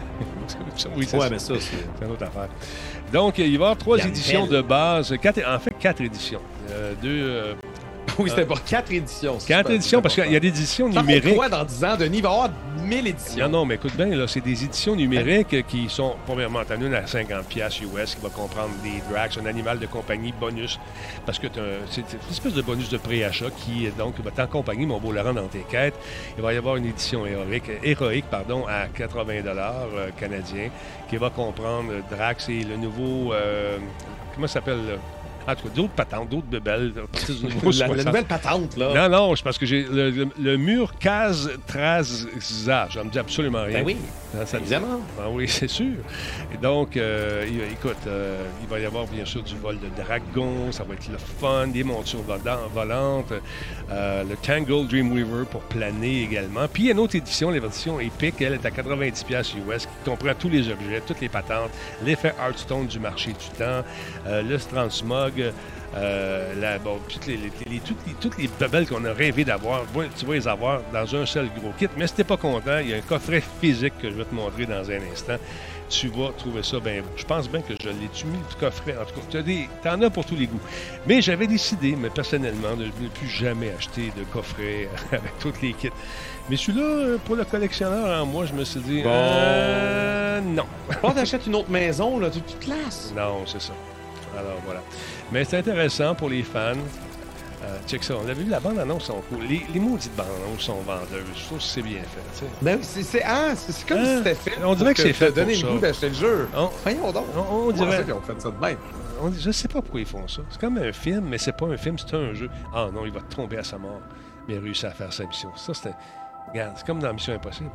Oui, c'est ouais, ça. mais ça, c'est... C'est une autre affaire. Donc, il va y avoir trois Il y a éditions belle. de base. Quatre, en fait, quatre éditions. Euh, deux... Euh, Oui, c'était pour quatre éditions. c'est quatre super, éditions, c'est parce qu'il y a des éditions Ça fait numériques. quoi dans dix ans, Denis? Il va y avoir mille éditions. Non, non, mais écoute bien, là, c'est des éditions numériques qui sont, premièrement, t'en as une à cinquante dollars U S qui va comprendre des Drax, un animal de compagnie bonus, parce que t'as un- c'est c'est une espèce de bonus de préachat qui, donc, va t'accompagner, mon beau Laurent, dans tes quêtes. Il va y avoir une édition héroïque, héroïque pardon, à quatre-vingts dollars euh, canadiens qui va comprendre Drax et le nouveau... euh, comment ça s'appelle, là? En tout cas, d'autres patentes, d'autres bebelles. à partir du niveau La, la soixante. nouvelle patente, là. Non, non, c'est parce que j'ai le, le, le mur Kaz Traza. Ça me dit absolument rien. Ben oui, Ça, ça te dit- évidemment. Ben oui, c'est sûr. Et donc, euh, il- écoute, euh, il va y avoir bien sûr du vol de dragon, ça va être le fun, des montures volan- volantes, euh, le Tangle Dreamweaver pour planer également. Puis il y a une autre édition, l'édition Epic, elle est à quatre-vingt-dix dollars U S, qui comprend tous les objets, toutes les patentes, l'effet Hearthstone du marché du temps, euh, le transmog, euh, la, bon, toutes, les, les- les- toutes, les, toutes les bebelles qu'on a rêvé d'avoir, bon, tu vas les avoir dans un seul gros kit. Mais si t'es pas content, il y a un coffret physique que je vais te montrer dans un instant. Tu vas trouver ça bien beau. Je pense bien que je l'ai-tu mis, le coffret. En tout cas, t'as des- t'en as pour tous les goûts. Mais j'avais décidé, mais personnellement, de ne plus jamais acheter de coffret avec tous les kits. Mais celui-là, euh, pour le collectionneur en moi, je me suis dit, Bon. euh, non. Pas t'achètes une autre maison, là, tu te classes. Non, c'est ça. Alors voilà. Mais c'est intéressant pour les fans. Euh, check ça. On avait vu la bande-annonce, sont cool. Les, les maudites bandes-annonces sont vendeuses. Je trouve que c'est bien fait. tu sais. Ben oui, c'est, c'est, ah, c'est, c'est comme Hein? si c'était fait. On dirait pour que c'est fait te donner pour le ça. goût d'acheter le jeu. On- Voyons donc. on- on Comment dirait- ça qu'ils ont fait ça de même? On dit- je sais pas pourquoi ils font ça. C'est comme un film, mais c'est pas un film, c'est un jeu. Ah non, il va tomber à sa mort. Mais il a réussi à faire sa mission. Ça, c'était... Regarde, c'est comme dans Mission Impossible.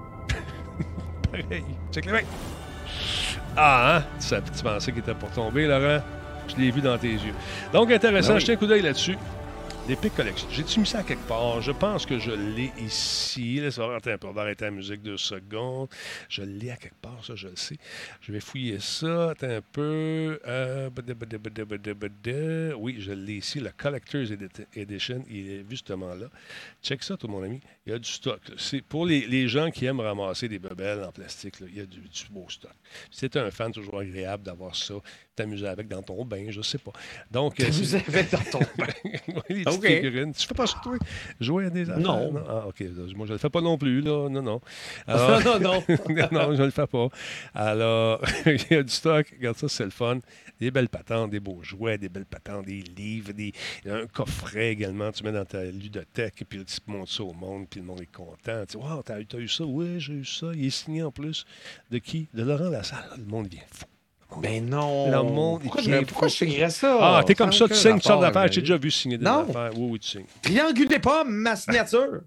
Pareil. Check les mecs. Ah, hein? Tu, savais- tu pensais qu'il était pour tomber, Laurent? Je l'ai vu dans tes yeux. Donc, intéressant. Ben oui. Jetez un coup d'œil là-dessus. L'Epic Collection. J'ai-tu mis ça à quelque part? Je pense que je l'ai ici. Là, ça va arrêter un peu. On va arrêter la musique deux secondes. Je l'ai à quelque part, ça, je le sais. Je vais fouiller ça. Attends un peu. Euh, bada, bada, bada, bada, bada. Oui, je l'ai ici. Le Collector's Edi- Edition. Il est justement là. Check ça, tout mon ami. Il y a du stock. C'est pour les, les gens qui aiment ramasser des bebelles en plastique, là, il y a du, du beau stock. Si t'es un fan, toujours agréable d'avoir ça. T'amuser avec dans ton bain, je sais pas. Donc, euh, Vous c'est- avez dans ton bain. Oui, Ah OK. figurines. Tu fais pas ça, toi? Jouer à des affaires? Non. non? Ah, OK. Moi, je le fais pas non plus, là. Non, non. Alors... non, non. non, je le fais pas. Alors, il y a du stock. Regarde ça, c'est le fun. Des belles patentes, des beaux jouets, des belles patentes, des livres, des... un coffret également. Tu mets dans ta ludothèque, et puis là, tu montes ça au monde, puis le monde est content. Tu dis, wow, t'as, t'as eu ça? Oui, j'ai eu ça. Il est signé en plus. De qui? De Laurent Lassalle. Le monde vient fou. Ben non. Le monde pourquoi vient je, pourquoi je signerais ça? Ah, t'es comme ça, tu signes toutes sortes d'affaires. avec... J'ai déjà vu signer des non. affaires. Oui, oui, tu signes. Triangulez pas ma signature.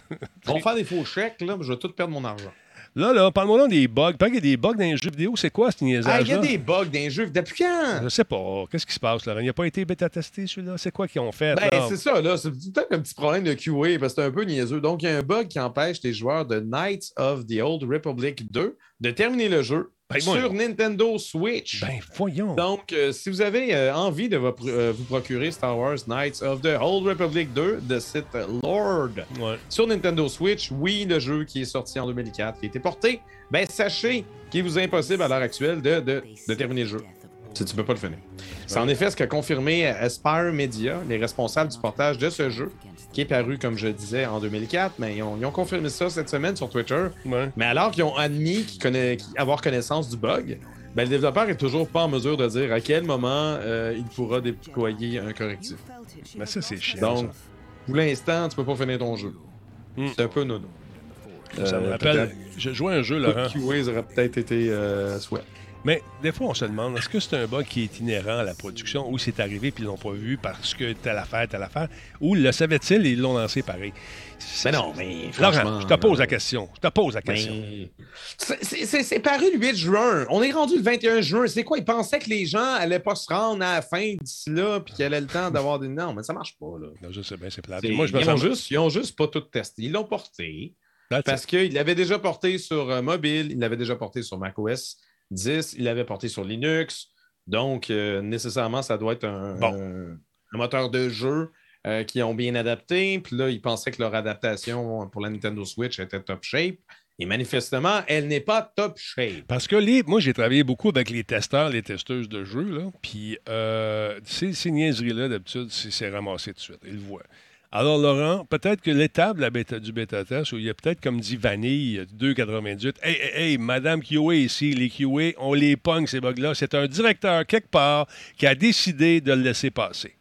On va faire des faux chèques, là, je vais tout perdre mon argent. Là, là, parle-moi donc des bugs. Pas qu'il y a des bugs dans les jeux vidéo. C'est quoi ce niaisage-là? Ah, il y a des bugs dans les jeux. Depuis quand? Je sais pas. Qu'est-ce qui se passe, là? Il n'a pas été bêta-testé, celui-là? C'est quoi qu'ils ont fait? Ben, là? c'est ça, là. C'est peut-être un petit problème de Q A, parce que c'est un peu niaiseux. Donc, il y a un bug qui empêche les joueurs de Knights of the Old Republic deux de terminer le jeu ben, sur moi, Nintendo Switch. Ben, voyons. Donc, euh, si vous avez euh, envie de vous, euh, vous procurer Star Wars Knights of the Old Republic deux de site Lord ouais. sur Nintendo Switch, oui, le jeu qui est sorti en deux mille quatre, qui a été porté, ben, sachez qu'il vous est impossible à l'heure actuelle de, de, de terminer le jeu. Si tu ne peux pas le finir. C'est en effet ce qu'a confirmé Aspire Media, les responsables du portage de ce jeu, qui est paru, comme je disais, en deux mille quatre, mais ils ont, ils ont confirmé ça cette semaine sur Twitter. Ouais. Mais alors qu'ils ont admis qu'ils connaissent, qu'ils, avoir connaissance du bug, ben, le développeur n'est toujours pas en mesure de dire à quel moment euh, il pourra déployer un correctif. Mais ça, c'est chiant. Donc, ça. Pour l'instant, tu peux pas finir ton jeu. Mm. C'est un peu nono. Euh, ça me rappelle, je jouais un jeu, Laurent. Q A aurait peut-être été euh, souhait. Mais des fois, on se demande, est-ce que c'est un bug qui est inhérent à la production ou c'est arrivé puis ils l'ont pas vu parce que telle affaire, telle affaire, ou le savaient-ils et ils l'ont lancé pareil? Mais non, mais Laurent, je te pose la question. Je te pose la question. Mais... C'est, c'est, c'est paru le huit juin. On est rendu le vingt et un juin. C'est quoi? Ils pensaient que les gens allaient pas se rendre à la fin d'ici là puis qu'ils allaient le temps d'avoir des... Non, mais ça marche pas, là. Non, je sais bien, c'est plate. C'est... Moi, je me ils, sens... ont juste, ils ont juste pas tout testé. Ils l'ont porté That's parce qu'ils l'avaient déjà porté sur euh, mobile, ils l'avaient déjà porté sur macOS dix, il l'avait porté sur Linux. Donc, euh, nécessairement, ça doit être un, bon. un, un moteur de jeu euh, qui ont bien adapté. Puis là, ils pensaient que leur adaptation pour la Nintendo Switch était top shape. Et manifestement, elle n'est pas top shape. Parce que les, moi, j'ai travaillé beaucoup avec les testeurs, les testeuses de jeux. Là, puis euh, ces, ces niaiseries-là, d'habitude, c'est, c'est ramassé tout de suite. Ils le voient. Alors, Laurent, peut-être que l'étape de la bêta, du bêta-test, où il y a peut-être, comme dit Vanille, deux quatre-vingt-dix-huit, hey, hey, hey, Madame Q A ici, les Q A, on les pogne, ces bugs-là. C'est un directeur, quelque part, qui a décidé de le laisser passer.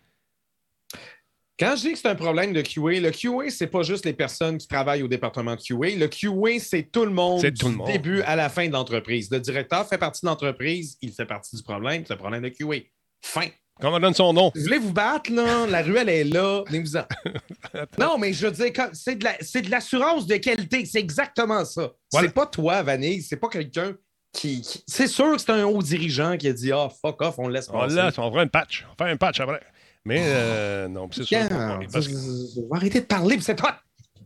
Quand je dis que c'est un problème de Q A, le Q A, c'est pas juste les personnes qui travaillent au département de Q A. Le Q A, c'est tout le monde c'est tout du le monde. début à la fin de l'entreprise. Le directeur fait partie de l'entreprise, il fait partie du problème, c'est le problème de Q A. Fin. Comment donne son nom? Si vous voulez vous battre, là, la ruelle est là, venez-vous-en. Non, mais je veux dire, c'est de, la, c'est de l'assurance de qualité, c'est exactement ça. Voilà. C'est pas toi, Vanille, c'est pas quelqu'un qui, qui... C'est sûr que c'est un haut dirigeant qui a dit « Ah, oh, fuck off, on le laisse passer. » On laisse, on fera un patch. On va faire un patch après. Mais euh, non, c'est sûr. Quand... Parce... On va arrêter de parler, c'est toi.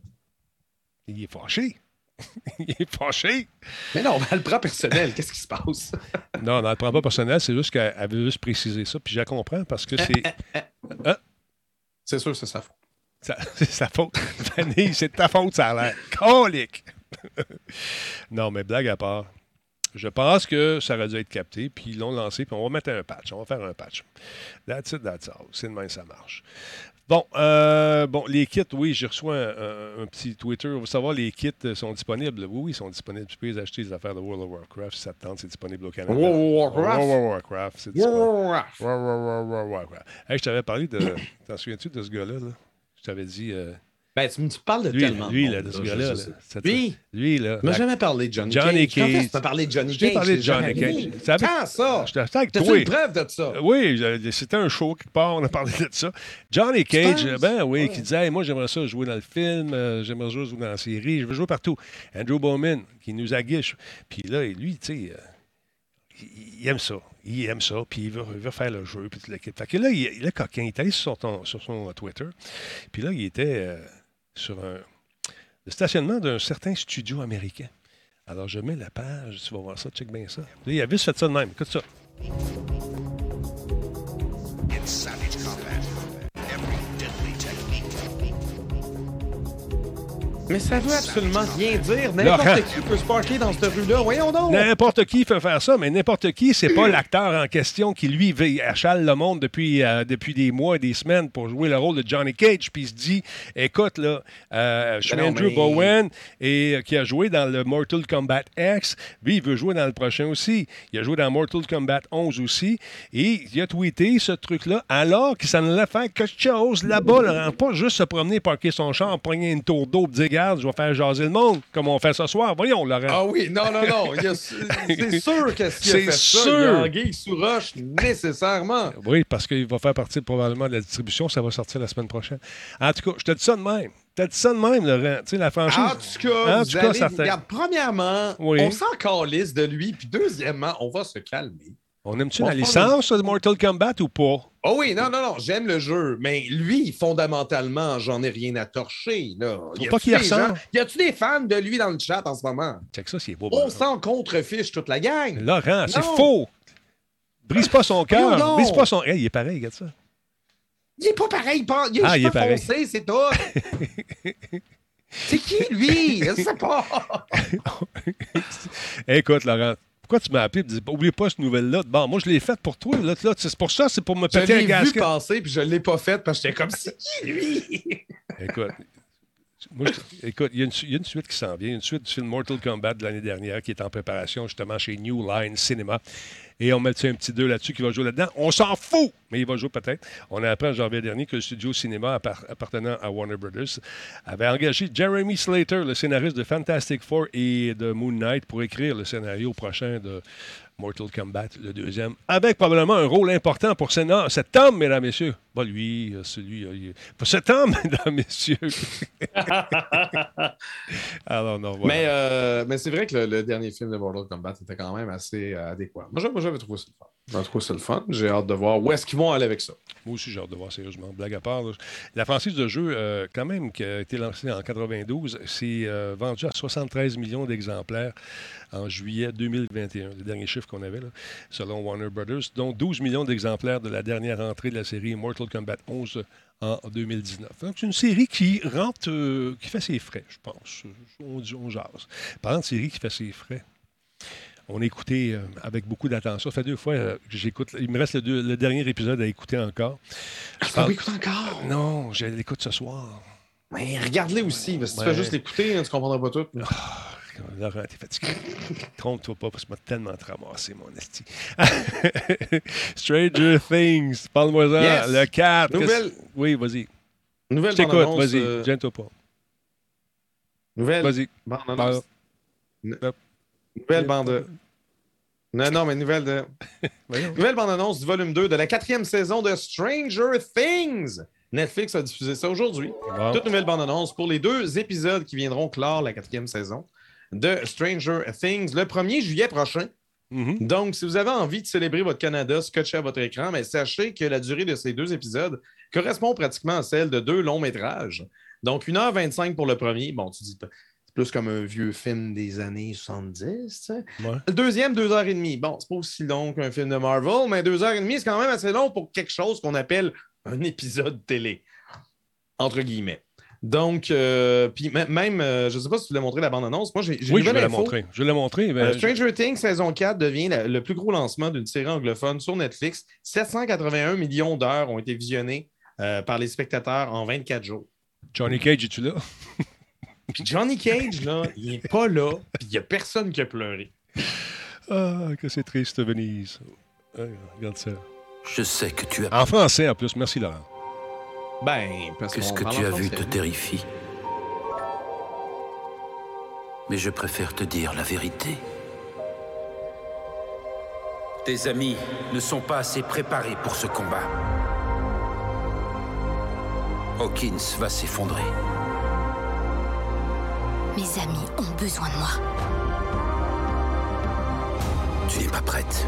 Il est fâché. Il est fâché. Mais non, elle le prend personnel. Qu'est-ce qui se passe? Non, non, elle le prend pas personnel. C'est juste qu'elle veut juste préciser ça. Puis je la comprends parce que c'est... Euh, euh, euh. C'est sûr que c'est sa faute. Ça, c'est sa faute. Vanille, c'est ta faute, ça a l'air. Colique! Non, mais blague à part, je pense que ça aurait dû être capté. Puis ils l'ont lancé. Puis on va mettre un patch. On va faire un patch. That's it, that's all. C'est de même, ça marche. Bon, euh, bon, les kits, oui, j'ai reçu un, un, un petit Twitter. Vous savoir, les kits sont disponibles. Oui, oui, ils sont disponibles. Tu peux les acheter, les affaires de World of Warcraft. Si ça te tente, c'est disponible au Canada. World of Warcraft? World of Warcraft, c'est disponible. World of Warcraft. Hey, je t'avais parlé de... T'en souviens-tu de ce gars-là? Là? Je t'avais dit... Euh... Ben, tu me parles de lui, tellement lui, de là, monde, de ce là, gars-là. je, je, là, je, lui? Lui, là. Tu m'as jamais parlé de Johnny, Johnny Cage. Cage. Quand tu m'as parlé de Johnny Cage? Je t'ai parlé de Johnny Cage. Cage. Quand ça? Je t'ai T'as fait une preuve de ça? Oui, c'était un show quelque part, on a parlé de ça. Johnny Cage, ben oui, ouais. qui disait hey, moi, j'aimerais ça jouer dans le film, euh, j'aimerais ça jouer dans la série, je veux jouer partout. Andrew Bowman, qui nous aguiche. Puis là, lui, tu sais, euh, il aime ça. Il aime ça, puis il veut, il veut faire le jeu. Puis le... Fait que là, il, il est coquin. Il est allé sur son, sur son Twitter. Puis là, il était euh, sur un. Le stationnement d'un certain studio américain. Alors, je mets la page, tu vas voir ça, check bien ça. Là, il a juste fait ça de même. Écoute ça. In savage combat, every deadly technique. Mais ça veut absolument rien dire. N'importe Laurent. qui peut se parquer dans cette rue-là. Voyons donc. N'importe qui peut faire ça, mais n'importe qui, c'est pas l'acteur en question qui, lui, veille- achale le monde depuis, euh, depuis des mois et des semaines pour jouer le rôle de Johnny Cage, puis il se dit, écoute, là, euh, je suis Ben non, Andrew mais- Bowen, et euh, qui a joué dans le Mortal Kombat X. Lui, il veut jouer dans le prochain aussi. Il a joué dans Mortal Kombat onze aussi, et il a tweeté ce truc-là, alors qu'il s'en allait faire quelque chose là-bas, Laurent, pas juste se promener, parquer son char, prendre une tour d'eau, dire, regarde, je vais faire jaser le monde, comme on fait ce soir. Voyons, Laurent. Ah oui, non, non, non. Il y a- c'est sûr que s'il a C'est fait sûr. ça, il y a anguille sous roche, nécessairement. Oui, parce qu'il va faire partie probablement de la distribution. Ça va sortir la semaine prochaine. En tout cas, je te dis ça de même. Tu as dit ça de même, Laurent. Tu sais, la franchise... En tout cas, En vous tout cas, allez- ça fait- regarde, premièrement, Oui. on s'en calisse de lui, puis deuxièmement, on va se calmer. On aime-tu Bon, la pas licence de Mortal Kombat ou pas? Oh oui, non, non, non, j'aime le jeu, mais lui, fondamentalement, j'en ai rien à torcher. Là. Y pas a-tu qu'il des ressemble. gens- Y a-tu des fans de lui dans le chat en ce moment? Check ça, c'est beau. On s'en contrefiche toute la gang. Laurent, c'est Non. faux! Brise pas son Non, cœur. non. Brise pas son... Hey, il est pareil, regarde ça. Il est pas pareil, il pas- il Ah, a il les est cheveux pareil. foncés, c'est tout. C'est qui, lui? Je sais pas. Écoute, Laurent, pourquoi tu m'as appelé et dis, oublie pas cette nouvelle-là? Bon, moi, je l'ai faite pour toi. Là, là, c'est pour ça, c'est pour me Je péter un l'ai vu gasket. passer, puis je l'ai pas fait, parce que j'étais comme, c'est qui, lui? Écoute, moi, je- écoute, il y, a une su- il y a une suite qui s'en vient, une suite du film Mortal Kombat de l'année dernière qui est en préparation justement chez New Line Cinema. Et on met un petit deux là-dessus qui va jouer là-dedans. On s'en fout, mais il va jouer peut-être. On a appris en janvier dernier que le studio cinéma appar- appartenant à Warner Brothers avait engagé Jeremy Slater, le scénariste de Fantastic Four et de Moon Knight, pour écrire le scénario prochain de Mortal Kombat, le deuxième, avec probablement un rôle important pour Sénat- cet homme, mesdames, messieurs. Pas lui, euh, celui... euh, il- Pour cet homme, mesdames, messieurs. Alors, non, voilà. Mais, euh, mais c'est vrai que le, le dernier film de Mortal Kombat était quand même assez euh, adéquat. Moi, j'a- moi, j'avais trouvé ça le fun. J'avais trouvé ça le fun. J'ai hâte de voir où est-ce qu'ils vont aller avec ça. Moi aussi, j'ai hâte de voir, sérieusement. Blague à part, là. La franchise de jeu, euh, quand même, qui a été lancée en quatre-vingt-douze, c'est euh, vendu à soixante-treize millions d'exemplaires en juillet deux mille vingt et un, le dernier chiffre qu'on avait, là, selon Warner Brothers, dont douze millions d'exemplaires de la dernière entrée de la série Mortal Kombat onze en deux mille dix-neuf. Donc, c'est une série qui rentre, euh, qui fait ses frais, je pense. On, dit- on jase. Parlant de série qui fait ses frais, on a écouté euh, avec beaucoup d'attention. Ça fait deux fois euh, que j'écoute. Il me reste le, deux- le dernier épisode à écouter encore. Je Ah parle- oui, écoute encore. Non, je l'écoute ce soir. Mais regarde-les aussi. Parce que si tu Ouais. fais juste l'écouter, hein, tu comprendras pas tout. Laurent, t'es fatigué. Trompe-toi pas parce que m'a tellement te ramassé, mon esti. Stranger Things, parle-moi-en. Yes. Le quatre. Nouvelle- qu'est-ce- Oui, vas-y. Nouvelle Je t'écoute, bande-annonce. vas-y. euh, Gêne-toi pas. Nouvelle Vas-y. bande-annonce. Parle. N- Hop. Nouvelle bande. Non, non, mais nouvelle de. Voyons. Nouvelle bande-annonce du volume deux de la quatrième saison de Stranger Things. Netflix a diffusé ça aujourd'hui. Bon. Toute nouvelle bande-annonce pour les deux épisodes qui viendront clore la quatrième saison de Stranger Things le premier juillet prochain. Mhm. Donc, si vous avez envie de célébrer votre Canada, scotché à votre écran, mais sachez que la durée de ces deux épisodes correspond pratiquement à celle de deux longs métrages. Donc, une heure vingt-cinq pour le premier. Bon, tu dis, c'est plus comme un vieux film des années soixante-dix. Tu sais. Ouais. Le deuxième, deux heures et demie. Bon, c'est pas aussi long qu'un film de Marvel, mais deux heures et demie, c'est quand même assez long pour quelque chose qu'on appelle un épisode télé. Entre guillemets. Donc, euh, puis m- même, euh, je ne sais pas si tu voulais montrer la bande-annonce. Moi, j'ai j'ai Oui, une je vais nouvelle la info. montrer. Je vais la montrer. mais- Euh, Stranger Things saison quatre devient la- le plus gros lancement d'une série anglophone sur Netflix. sept cent quatre-vingt-un millions d'heures ont été visionnées euh, par les spectateurs en vingt-quatre jours. Johnny Cage, es-tu là? Puis Johnny Cage, là, il n'est pas là, puis il n'y a personne qui a pleuré. Ah, que c'est triste, Venise. Ah, regarde ça. Je sais que tu as... En français, en plus. Merci, Laurent. Ben, parce que ce qu'on que parle tu en as vu français. te terrifie. Mais je préfère te dire la vérité. Tes amis ne sont pas assez préparés pour ce combat. Hawkins va s'effondrer. Mes amis ont besoin de moi. Tu n'es pas prête.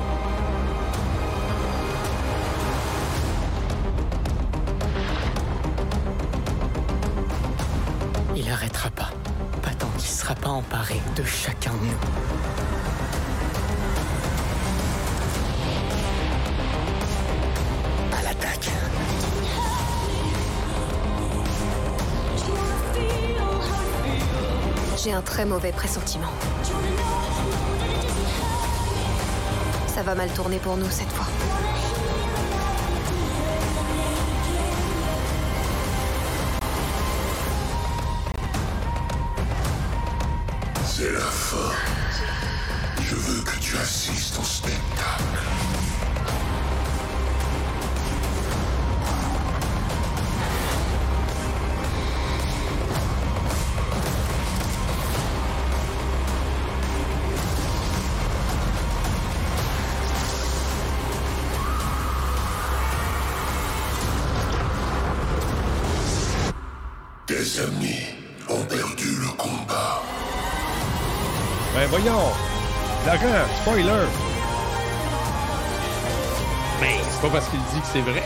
Il arrêtera pas. Pas tant qu'il sera pas emparé de chacun de nous. À l'attaque. J'ai un très mauvais pressentiment. Ça va mal tourner pour nous cette fois. C'est la fin. Je veux que tu assistes au spectacle. Tes amis ont perdu le combat. Ben voyons! Laurent, spoiler! Mais c'est pas parce qu'il dit que c'est vrai.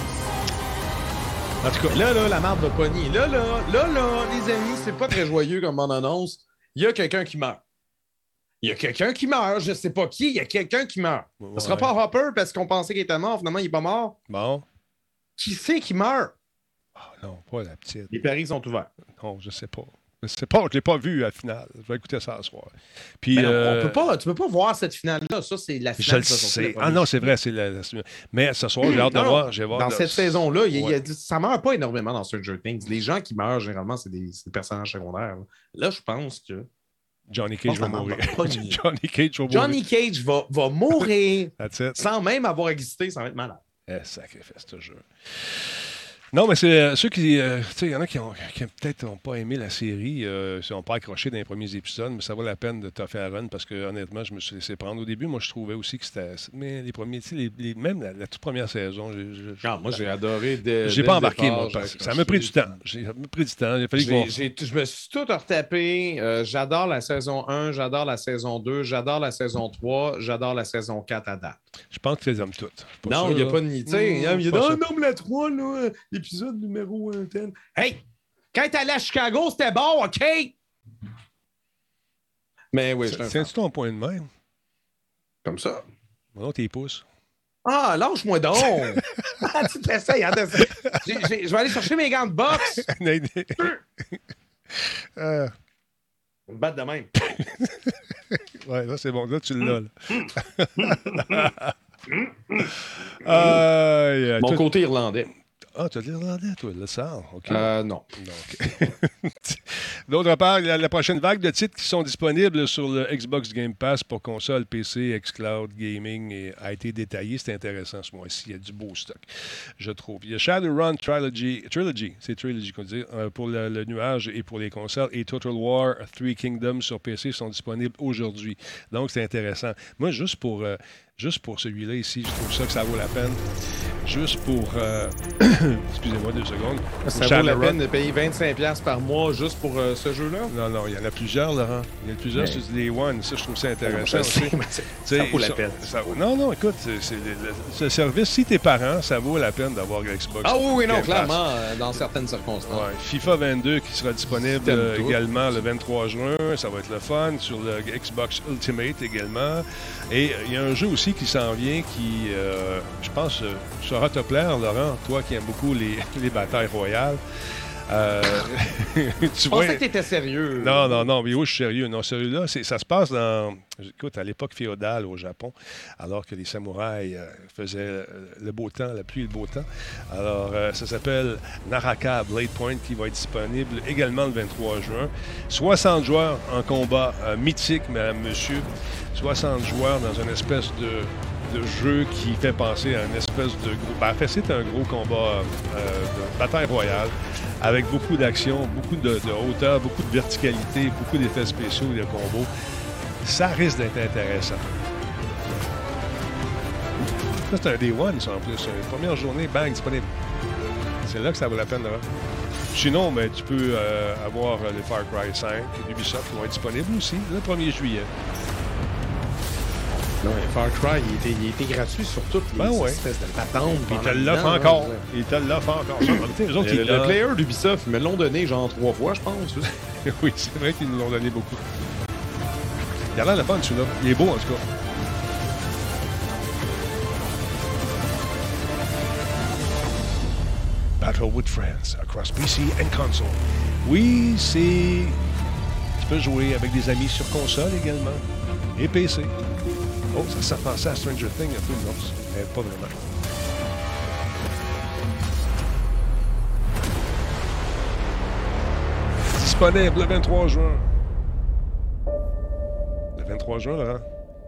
En tout cas, là, là, la marde va pogner. Là, là, là, là, les amis, c'est pas très joyeux comme on annonce. Il y a quelqu'un qui meurt. Il y a quelqu'un qui meurt. Je sais pas qui, il y a quelqu'un qui meurt. Ouais. Ce sera pas Hopper parce qu'on pensait qu'il était mort. Finalement, il est pas mort. Bon. Qui c'est qui meurt? Ah non, pas la petite. Les paris sont ouverts. Non, je sais pas. Je sais pas, je l'ai pas vu à la finale. Je vais écouter ça ce soir. Puis, non, euh... on peut pas, tu peux pas voir cette finale-là. Ça, c'est la finale. Je le sais. Ah non, c'est vrai, c'est la, la... Mais ce soir, j'ai hâte de voir. J'ai dans voir cette de... saison-là, il, ouais. il, ça meurt pas énormément dans Stranger Things. Les gens qui meurent, généralement, c'est des, des personnages secondaires. Là, je pense que... Johnny Cage va mourir. Johnny Cage va mourir. Johnny Cage va, va mourir sans même avoir existé, sans être malade. Eh, sacrifice, ce jeu. Non, mais c'est euh, ceux qui... Euh, tu sais, il y en a qui, ont, qui peut-être n'ont pas aimé la série, euh, ils n'ont pas accroché dans les premiers épisodes, mais ça vaut la peine de toffer à run parce que, honnêtement, je me suis laissé prendre. Au début, moi, je trouvais aussi que c'était... Mais les premiers, tu sais, les, les, même la, la toute première saison... Je, je, non, moi, j'ai adoré... De, j'ai pas embarqué, moi, parce que ça m'a pris du temps. J'ai, ça m'a pris du temps. Il a fallu j'ai, que j'ai, je me suis tout retapé. Euh, j'adore la saison un, j'adore la saison deux, j'adore la saison trois, j'adore la saison quatre à date. Je pense que tu les aimes toutes. Non, il n'y a pas de ni. Tu sais, il y a mmh, oh, non, mais la trois, là, l'épisode numéro un tel. Hey! Quand t'es allé à Chicago, c'était bon, OK? Mais oui, je tiens-tu ton point de même? Comme ça. Non, tes pouces. Ah, lâche-moi donc! Ah, tu t'essayes, hein, t'essayes. J'ai, j'ai, je vais aller chercher mes gants de boxe. euh... Une batte de même. Ouais, là, c'est bon. Là, tu l'as. Là. euh, Mon toi... côté irlandais. Ah, tu as de l'irlandais, toi, le sort. OK. Euh, non. Donc... D'autre part, il y a la prochaine vague de titres qui sont disponibles sur le Xbox Game Pass pour console, P C, xCloud, Gaming et a été détaillé. C'est intéressant ce mois-ci. Il y a du beau stock, je trouve. Il y a Shadowrun Trilogy, Trilogy c'est Trilogy qu'on dit, euh, pour le, le nuage et pour les consoles. Et Total War Three Kingdoms sur P C sont disponibles aujourd'hui. Donc, c'est intéressant. Moi, juste pour... Euh, Juste pour celui-là ici, je trouve ça que ça vaut la peine. Juste pour... Euh... Excusez-moi deux secondes. Ça vaut la peine de payer vingt-cinq dollars par mois juste pour euh, ce jeu-là? Non, non, il y en a plusieurs, Laurent. Il y en a plusieurs sur Day One. Ça, je trouve ça intéressant. Sais, ça vaut la ça, peine. Ça, non, non, écoute, c'est, c'est, ce service, si t'es parent, ça vaut la peine d'avoir Xbox. Ah oui, oui, non, clairement, euh, dans certaines circonstances. Ouais, FIFA vingt-deux qui sera disponible euh, également le vingt-trois juin. Ça va être le fun. Sur le Xbox Ultimate également. Et il y a un jeu aussi qui s'en vient qui, euh, je pense, euh, sera te plaire, Laurent, toi qui aimes beaucoup les, les batailles royales. Euh, tu je pensais que tu étais sérieux. Non, non, non, mais oui, je suis sérieux. Non, celui-là, c'est, ça se passe dans, écoute, à l'époque féodale au Japon, alors que les samouraïs euh, faisaient le beau temps, la pluie et le beau temps. Alors, euh, ça s'appelle Naraka Blade Point, qui va être disponible également le vingt-trois juin. soixante joueurs en combat euh, mythique, madame, monsieur. soixante joueurs dans une espèce de, de jeu qui fait penser à une espèce de gros... Ben, en fait, c'est un gros combat euh, de bataille royale avec beaucoup d'action, beaucoup de, de hauteur, beaucoup de verticalité, beaucoup d'effets spéciaux et de combos. Ça risque d'être intéressant. Ça, c'est un Day One, ça, en plus. Une première journée, bang, disponible. C'est là que ça vaut la peine de voir. Sinon, ben, tu peux euh, avoir les Far Cry cinq et d'Ubisoft qui vont être disponibles aussi le premier juillet. Non, Far Cry, il était, il était gratuit sur toutes les ben ouais. espèces de patentes. Il te l'offre encore. Hein, il te l'offre encore. Les autres, le, le player d'Ubisoft, ils me l'ont donné genre trois fois, je pense. Oui, c'est vrai qu'ils nous l'ont donné beaucoup. Il a l'air de fun, celui-là. Il est beau, en tout cas. Battle with Friends across P C and console. Oui, c'est Tu peux jouer avec des amis sur console également. Et P C. Oh, ça, ça pensait à Stranger Things un peu, non, mais pas vraiment. Disponible le vingt-trois juin. Le vingt-trois juin, Laurent.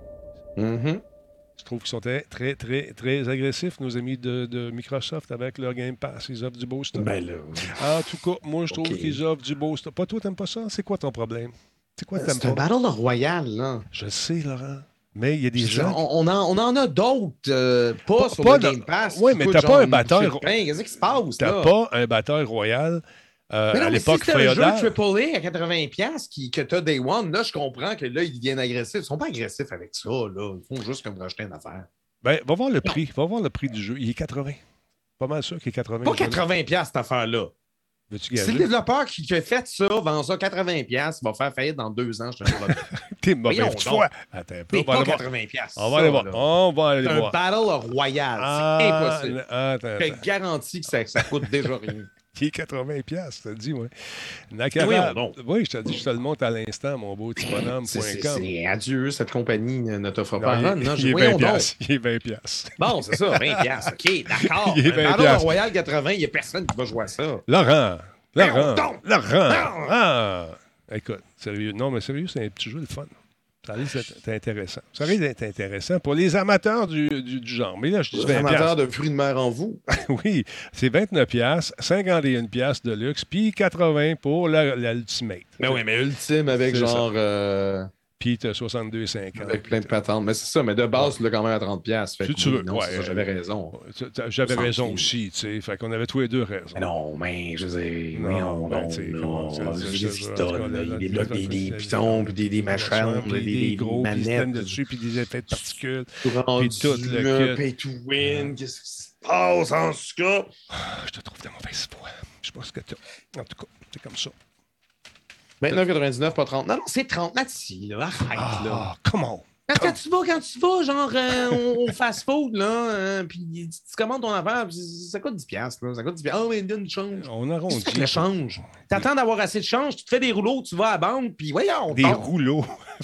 Mm-hmm. Je trouve qu'ils sont très, très, très, très agressifs, nos amis de, de Microsoft, avec leur Game Pass. Ils offrent du beau stuff. Ben là... En tout cas, moi, je trouve okay. qu'ils offrent du beau stuff. Pas toi, t'aimes pas ça? C'est quoi ton problème? C'est quoi t'aimes C'est pas? un Battle Royale, là. Je sais, Laurent. Mais il y a des gens... gens... On, on, en, on en a d'autres, euh, pas, pas sur pas le Game Pass. Oui, mais t'as pas un batteur... Qu'est-ce qui se passe, T'as là? pas un batteur royal... Euh, mais non, à mais l'époque si c'est un jeu féodale... triple A à quatre-vingts dollars qui, que tu as Day One, là, je comprends que là, ils deviennent agressifs. Ils sont pas agressifs avec ça, là. Ils font juste comme racheter une affaire. Ben, va voir le prix. Non. Va voir le prix du jeu. Il est quatre-vingts. Pas mal sûr qu'il est quatre-vingts. Pas quatre-vingts dollars cette affaire-là. C'est le développeur qui, qui a fait ça, vend ça quatre-vingts dollars, il va faire faillite dans deux ans. Je te T'es mauvaise foi. Attends un peu. T'es pas quatre-vingts dollars. On va aller voir. On va aller voir. C'est un Battle Royale. Ah, c'est impossible. Attends, je te garantis que ça, ça coûte déjà rien. Qui est quatre-vingts dollars, je te le dis, oui. Nakara, oui, oui, je te le dis, je te le montre à l'instant, mon beau petit bonhomme. C'est adieu, cette compagnie ne t'offre pas non, un run. Il, il, il est vingt dollars. Il est vingt dollars. Bon, c'est ça, vingt dollars. OK, d'accord. Il est vingt dollars. Battle Royale quatre-vingts, il n'y a personne qui va jouer à ça. Laurent, Laurent, Laurent. Ah, écoute, sérieux. Non, mais sérieux, c'est un petit jeu de fun. Ça risque d'être intéressant. Ça risque d'être intéressant pour les amateurs du, du, du genre. Mais là, je dis les amateurs de fruits de mer en vous. Oui, c'est vingt-neuf dollars, cinquante et un dollars de luxe, puis quatre-vingts pour la, la Ultimate. Mais oui, mais Ultime avec genre... Euh... Puis tu as soixante-deux cinquante. Avec plein de patentes. Mais c'est ça, mais de base, ouais. Tu l'as quand même à trente dollars. Si tu veux. Non, ouais, ça, j'avais raison. J'avais raison aussi, tu sais. Fait qu'on avait tous les deux raison. Mais non, mais je sais. Non, non, non. Il y a des blocs, des pitons, puis des machins, des manettes. dessus, puis des effets de particules. Puis tout le pay to win. Qu'est-ce qui se passe en ce cas? Je te trouve de mauvaise foi. Je sais pas ce que tu as. En tout cas, c'est comme ça. vingt-neuf quatre-vingt-dix-neuf, pas trente. Non, non, c'est trente. Nathalie, là, arrête, ah, là. Comment? Quand, quand tu vas, quand tu vas, genre, euh, au fast-food, là, euh, puis tu, tu commandes ton affaire, ça coûte dix dollars, là. Ça coûte dix dollars. Oh, mais donne du change. On arrondit. Tu fais le change. T'attends d'avoir assez de change, tu te fais des rouleaux, tu vas à la banque, puis voyons. Des tombe. rouleaux?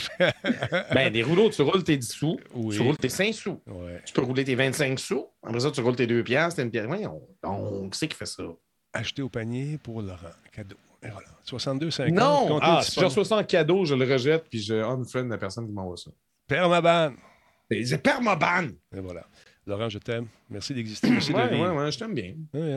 Ben, des rouleaux, tu roules tes dix sous, oui. tu roules tes cinq sous. Ouais. Tu peux rouler tes vingt-cinq sous. Après ça, tu roules tes deux piastres, t'as une pièce. Voyons. Donc, qui c'est qui fait ça? Acheter au panier pour Laurent. Cadeau. Et voilà. soixante-deux cinquante. Non! Ah, si je reçois ça en cadeau, je le rejette puis je unfriend la personne qui m'envoie ça. Permaban. C'est Permaban! Et voilà. Laurent, je t'aime. Merci d'exister. Merci ouais, de ouais, ouais, je t'aime bien.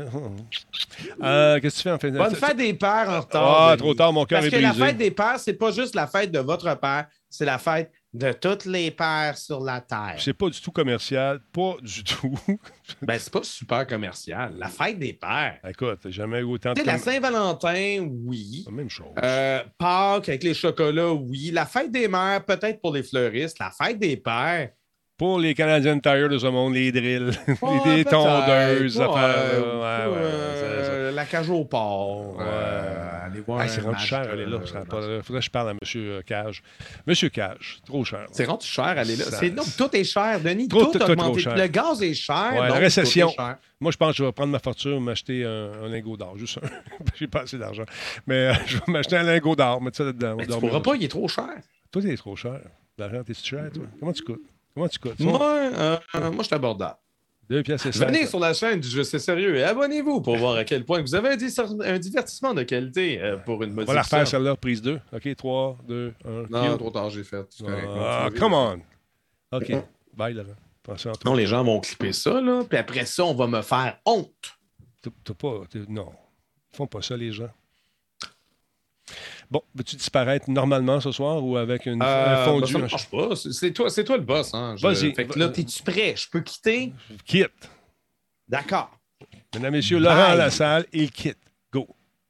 euh, Qu'est-ce que tu fais en fait? Bonne fête des pères en retard. Ah, trop tard, mon cœur est brisé. Parce que la fête des pères, c'est pas juste la fête de votre père, c'est la fête de toutes les pères sur la terre. C'est pas du tout commercial, pas du tout. Ben, c'est pas super commercial. La fête des pères. Écoute, t'as jamais eu autant de... Tu sais, la Saint-Valentin, oui. La même chose. Euh, Pâques avec les chocolats, oui. La fête des mères, peut-être pour les fleuristes. La fête des pères... Pour les Canadian Tire de ce monde, les drills, oh, les tondeuses, ouais, affaires. Ouais, ouais, euh, la cage au port. Ouais. Euh, allez voir. Ah, c'est rendu cher, elle est là. Il faudrait que je parle à M. Cage. M. Cage, trop cher. C'est rendu cher, elle est là. C'est, non, tout est cher, Denis. Trop, tout, tout, a augmenté. Trop cher. Le gaz est cher. Ouais, donc la récession. Tout est cher. Moi, je pense que je vais prendre ma fortune et m'acheter un, un lingot d'or. Juste un. J'ai pas assez d'argent. Mais euh, je vais m'acheter un lingot d'or. Mettre ça là-dedans. Mais tu ne pourras pas, il est trop cher. Toi, il est trop cher. L'argent, t'es cher, toi? Comment tu coûtes? Comment tu coûtes? Moi, euh, moi, je suis abordable. Deux pièces et cinq. Venez sur la chaîne du Je sais sérieux et abonnez-vous pour voir à quel point vous avez un, di- un divertissement de qualité euh, pour une modique. On va la refaire celle-là, prise deux. OK, trois, deux, un. Non, Kill. Trop tard, j'ai fait. Ah, come on. OK. Bye, Laurent. Attention à toi. Non, les gens vont clipper ça, là. Puis après ça, on va me faire honte. T'as, t'as pas. T'as, non. Ils font pas ça, les gens. Bon, veux-tu disparaître normalement ce soir ou avec une euh, un fondu? Ben ça ne marche pas. C'est toi, c'est toi le boss. Hein. Je... Vas-y. Fait que là, t'es-tu prêt? Je peux quitter? Je quitte. D'accord. Mesdames, messieurs, Laurent à la salle, il quitte. Go.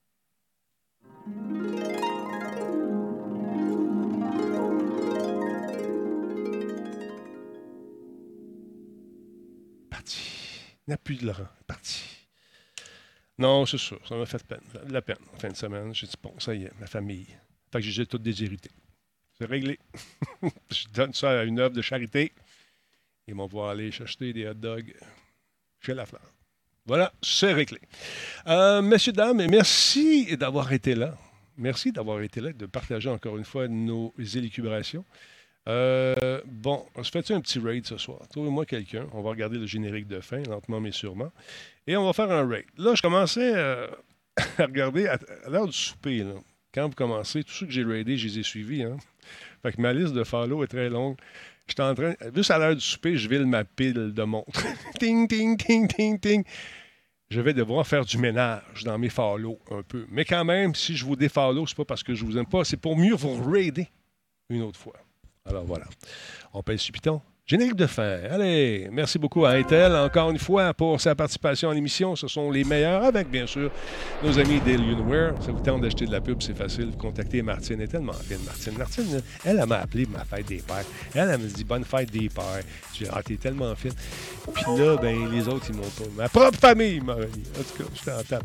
Parti. Il n'y a plus de Laurent. Parti. Non, c'est sûr. Ça m'a fait peine. De la peine. En fin de semaine, j'ai dit, bon, ça y est, ma famille. Fait que j'ai tout déshérité. C'est réglé. Je donne ça à une œuvre de charité. Ils vont pouvoir aller acheter des hot dogs chez Lafleur. Voilà, c'est réglé. Euh, messieurs, dames, merci d'avoir été là. Merci d'avoir été là, de partager encore une fois nos élucubrations. Euh, bon, on se fait un petit raid ce soir. Trouvez-moi quelqu'un. On va regarder le générique de fin, lentement mais sûrement. Et on va faire un raid. Là, je commençais euh, à regarder à, à l'heure du souper. Là, quand vous commencez, tous ceux que j'ai raidés, je les ai suivis. Hein. Fait que ma liste de follow est très longue. J'étais en train... Juste à l'heure du souper, je vile ma pile de montres. Ting, ting, ting, ting, ting. Je vais devoir faire du ménage dans mes follow un peu. Mais quand même, si je vous défollow, c'est pas parce que je vous aime pas, c'est pour mieux vous raider une autre fois. Alors voilà. On pèse sur piton. Générique de fin. Allez, merci beaucoup à Intel, encore une fois, pour sa participation à l'émission. Ce sont les meilleurs, avec, bien sûr, nos amis d'Alienware. Ça vous tente d'acheter de la pub, c'est facile. Contactez Martine. Elle est tellement fine, Martine. Martine, elle, elle m'a appelé ma fête des pères. Elle, elle me dit « Bonne fête des pères ». Je dis « Ah, t'es tellement fine ». Puis là, ben les autres, ils m'ont pas... Ma propre famille m'a dit. En tout cas, j'étais en tape.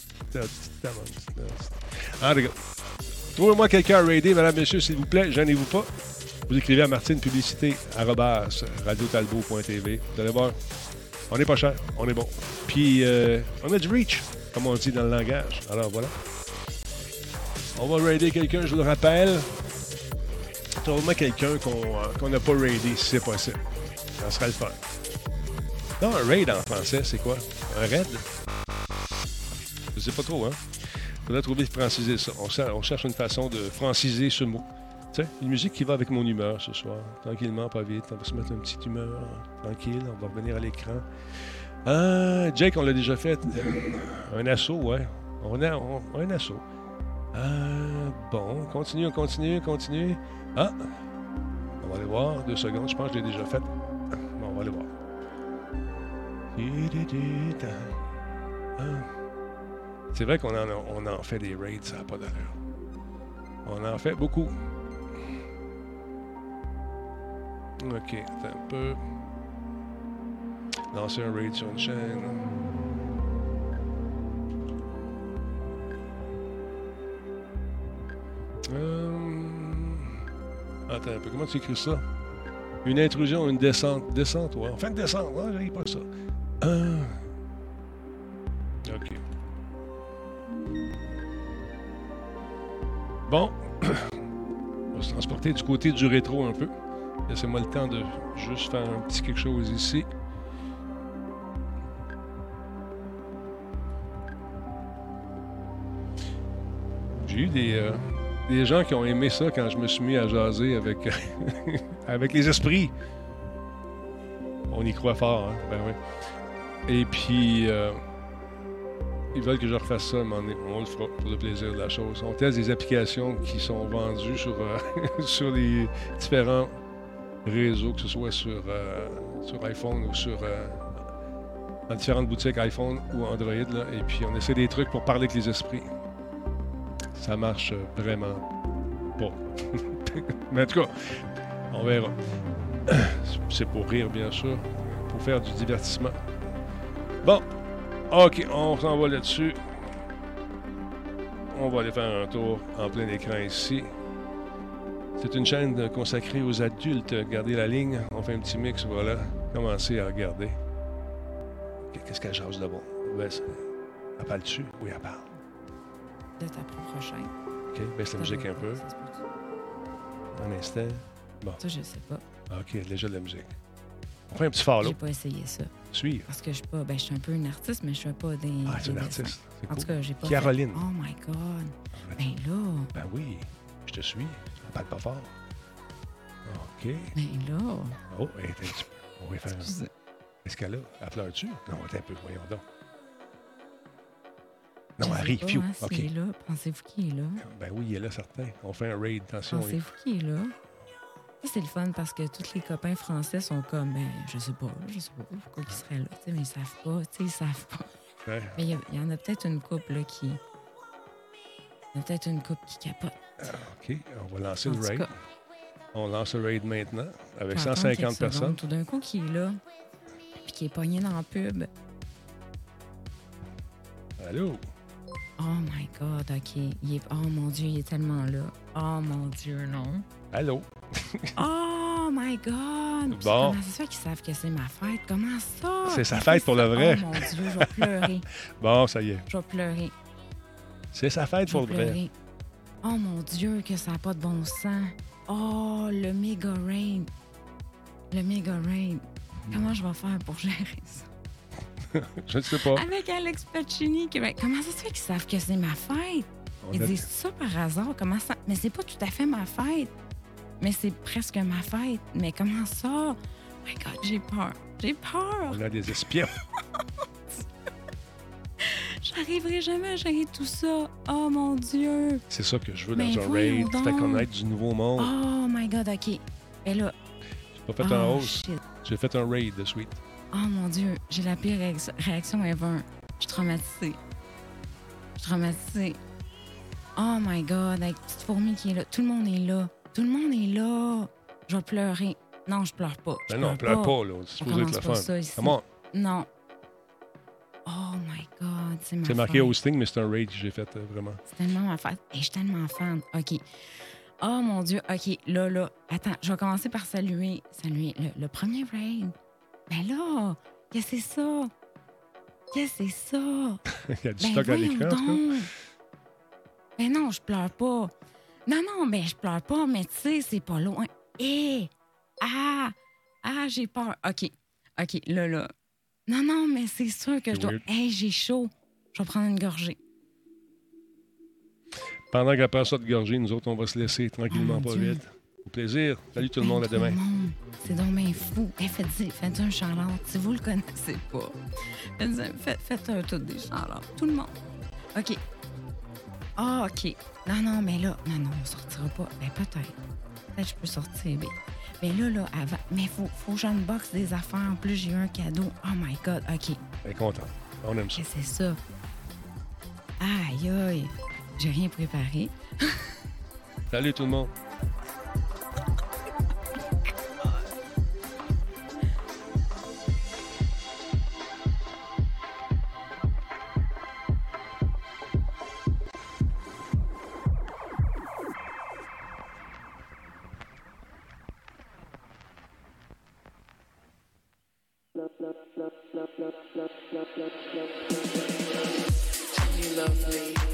En tout cas, trouvez-moi quelqu'un à raider, madame, monsieur, s'il vous plaît. Gênez-vous pas. Vous écrivez à Martine Publicité, arobase radiotalbo point t v. Vous allez voir, on n'est pas cher, on est bon. Puis, euh, on a du reach, comme on dit dans le langage. Alors, voilà. On va raider quelqu'un, je vous le rappelle. Trouve-moi quelqu'un qu'on n'a pas raidé, si c'est possible. Ça serait le fun. Non, un raid en français, c'est quoi? Un raid? Je sais pas trop, hein? Il faudrait trouver de franciser ça. On, on cherche une façon de franciser ce mot. Tu sais, une musique qui va avec mon humeur ce soir. Tranquillement, pas vite. On va se mettre une petite humeur tranquille. On va revenir à l'écran. Ah, Jake, on l'a déjà fait. Un assaut, ouais. On a on, un assaut. Ah, bon, continue, on continue, on continue. Ah, on va aller voir. Deux secondes, je pense que je l'ai déjà fait. Bon, on va aller voir. Ah. C'est vrai qu'on en, a, on en fait des raids, ça n'a pas d'allure. On en fait beaucoup. OK, attends un peu. Lancer un raid sur une chaîne. Hum... Attends un peu, comment tu écris ça? Une intrusion, une descente. Descente, ouais. On fait une descente, ouais, j'arrive pas à ça. Hum... OK. Bon. On va se transporter du côté du rétro un peu. Laissez-moi le temps de juste faire un petit quelque chose ici. J'ai eu des, euh, des gens qui ont aimé ça quand je me suis mis à jaser avec, avec les esprits. On y croit fort, hein? Ben oui. Et puis, euh, ils veulent que je refasse ça, mais on le fera pour le plaisir de la chose. On teste des applications qui sont vendues sur, euh, sur les différents réseaux, que ce soit sur, euh, sur iPhone ou sur euh, dans différentes boutiques iPhone ou Android. Là, et puis, on essaie des trucs pour parler avec les esprits. Ça marche vraiment pas. Mais en tout cas, on verra. C'est pour rire, bien sûr, pour faire du divertissement. Bon, OK, on s'en va là-dessus. On va aller faire un tour en plein écran ici. C'est une chaîne consacrée aux adultes. Regardez la ligne, on fait un petit mix, voilà. Commencez à regarder. Qu'est-ce qu'elle jase de bon? Ben, elle parle-tu? Oui, elle parle. De ta propre chaîne. OK, baisse la musique un peu. Un instant. Bon. Ça, je sais pas. OK, déjà de la musique. On fait un petit follow. J'ai pas essayé ça. Suivre. Parce que je suis pas... Ben, je suis un peu une artiste, mais je fais pas des... Ah, tu es une des artiste. C'est en cool. tout cas, j'ai pas Caroline. Fait... Oh my God. Ben là... Ben oui, je te suis. Je parle pas fort. OK. Ben là... Oh, elle est un petit peu... On va faire un... Est-ce qu'elle a? Elle pleure-tu? Non, attends un peu, voyons donc. Non, je elle rit. pas, hein, OK. Est là. Pensez-vous qu'il est là? Ben oui, il est là, certain. On fait un raid. Attention. Pensez-vous il... qu'il est là? Ça, c'est le fun parce que tous les copains français sont comme, ben, je sais pas, je sais pas pourquoi ils seraient là, mais ils savent pas, tu sais, ils savent pas. Ouais. Mais il y, y en a peut-être une couple là, qui. Il y en a peut-être une couple qui capote. Ah, OK, on va lancer en le raid. Cas, on lance le raid maintenant avec cent cinquante personnes. Secondes, tout d'un coup, qui est là, puis qui est pogné dans la pub. Allô? Oh my God, OK. Il est... Oh mon Dieu, il est tellement là. Oh mon Dieu, non. Allô? Oh my God! Puis bon. Comment ça se fait qu'ils savent que c'est ma fête? Comment ça? C'est sa fête pour le vrai. Oh mon Dieu, je vais pleurer. Bon, ça y est. Je vais pleurer. C'est sa fête pour le vrai. Oh mon Dieu, que ça n'a pas de bon sens. Oh, le méga raid. Le méga raid. Comment je vais faire pour gérer ça? Je ne sais pas. Avec Alex Pacini. Que, ben, comment ça se fait qu'ils savent que c'est ma fête? On Ils a... disent ça par hasard. Comment ça? Mais c'est pas tout à fait ma fête. Mais c'est presque ma fête. Mais comment ça? Oh my God, j'ai peur. J'ai peur. On a des espions. J'arriverai jamais à gérer tout ça. Oh mon Dieu. C'est ça que je veux dans mais un raid. Tu fais connaître du nouveau monde. Oh my God, OK. Et là... J'ai pas fait oh, un host. J'ai fait un raid de suite. Oh mon Dieu, j'ai la pire réaction, réaction ever. Je suis traumatisée. Je suis traumatisée. Oh my God, avec petite fourmi qui est là. Tout le monde est là. Tout le monde est là. Je vais pleurer. Non, je pleure pas. Je ben non, pleure pas. pas là. C'est supposé être la fun. Comment? Non. Oh my God, c'est ma C'est marqué fête. hosting, mais c'est un raid que j'ai fait, euh, vraiment. C'est tellement ma fête. Et je suis tellement fan. OK. Oh mon Dieu. OK, là, là. Attends, je vais commencer par saluer, saluer le, le premier raid. Ben là, qu'est-ce que c'est ça? Qu'est-ce que c'est ça? Il y a du ben stock à l'écran, en tout cas. Ben non, je pleure pas. Non, non, ben je pleure pas, mais tu sais, c'est pas loin. Hé! Ah! Ah, j'ai peur. OK. OK, là, là. Non, non, mais c'est sûr que c'est je dois... Hé, hey, j'ai chaud. Je vais prendre une gorgée. Pendant qu'elle prend ça de gorgée, nous autres, on va se laisser tranquillement, oh, pas Dieu. vite. Au plaisir. Salut tout le hey, monde, à demain. Monde. C'est donc bien fou. Hey, faites-y, faites un Charlotte. Si vous le connaissez pas, faites, faites, faites un tout des Charlotte. Tout le monde. OK. Ah, OK. Non, non, mais là, non, non, on sortira pas. Ben, peut-être. Peut-être que je peux sortir, mais... Mais là, là, avant... Mais faut, faut que j'unbox des affaires. En plus, j'ai eu un cadeau. Oh my God, OK. Ben, content. On aime ça. Et c'est ça. Aïe, aïe. J'ai rien préparé. Salut tout le monde. Do you love me?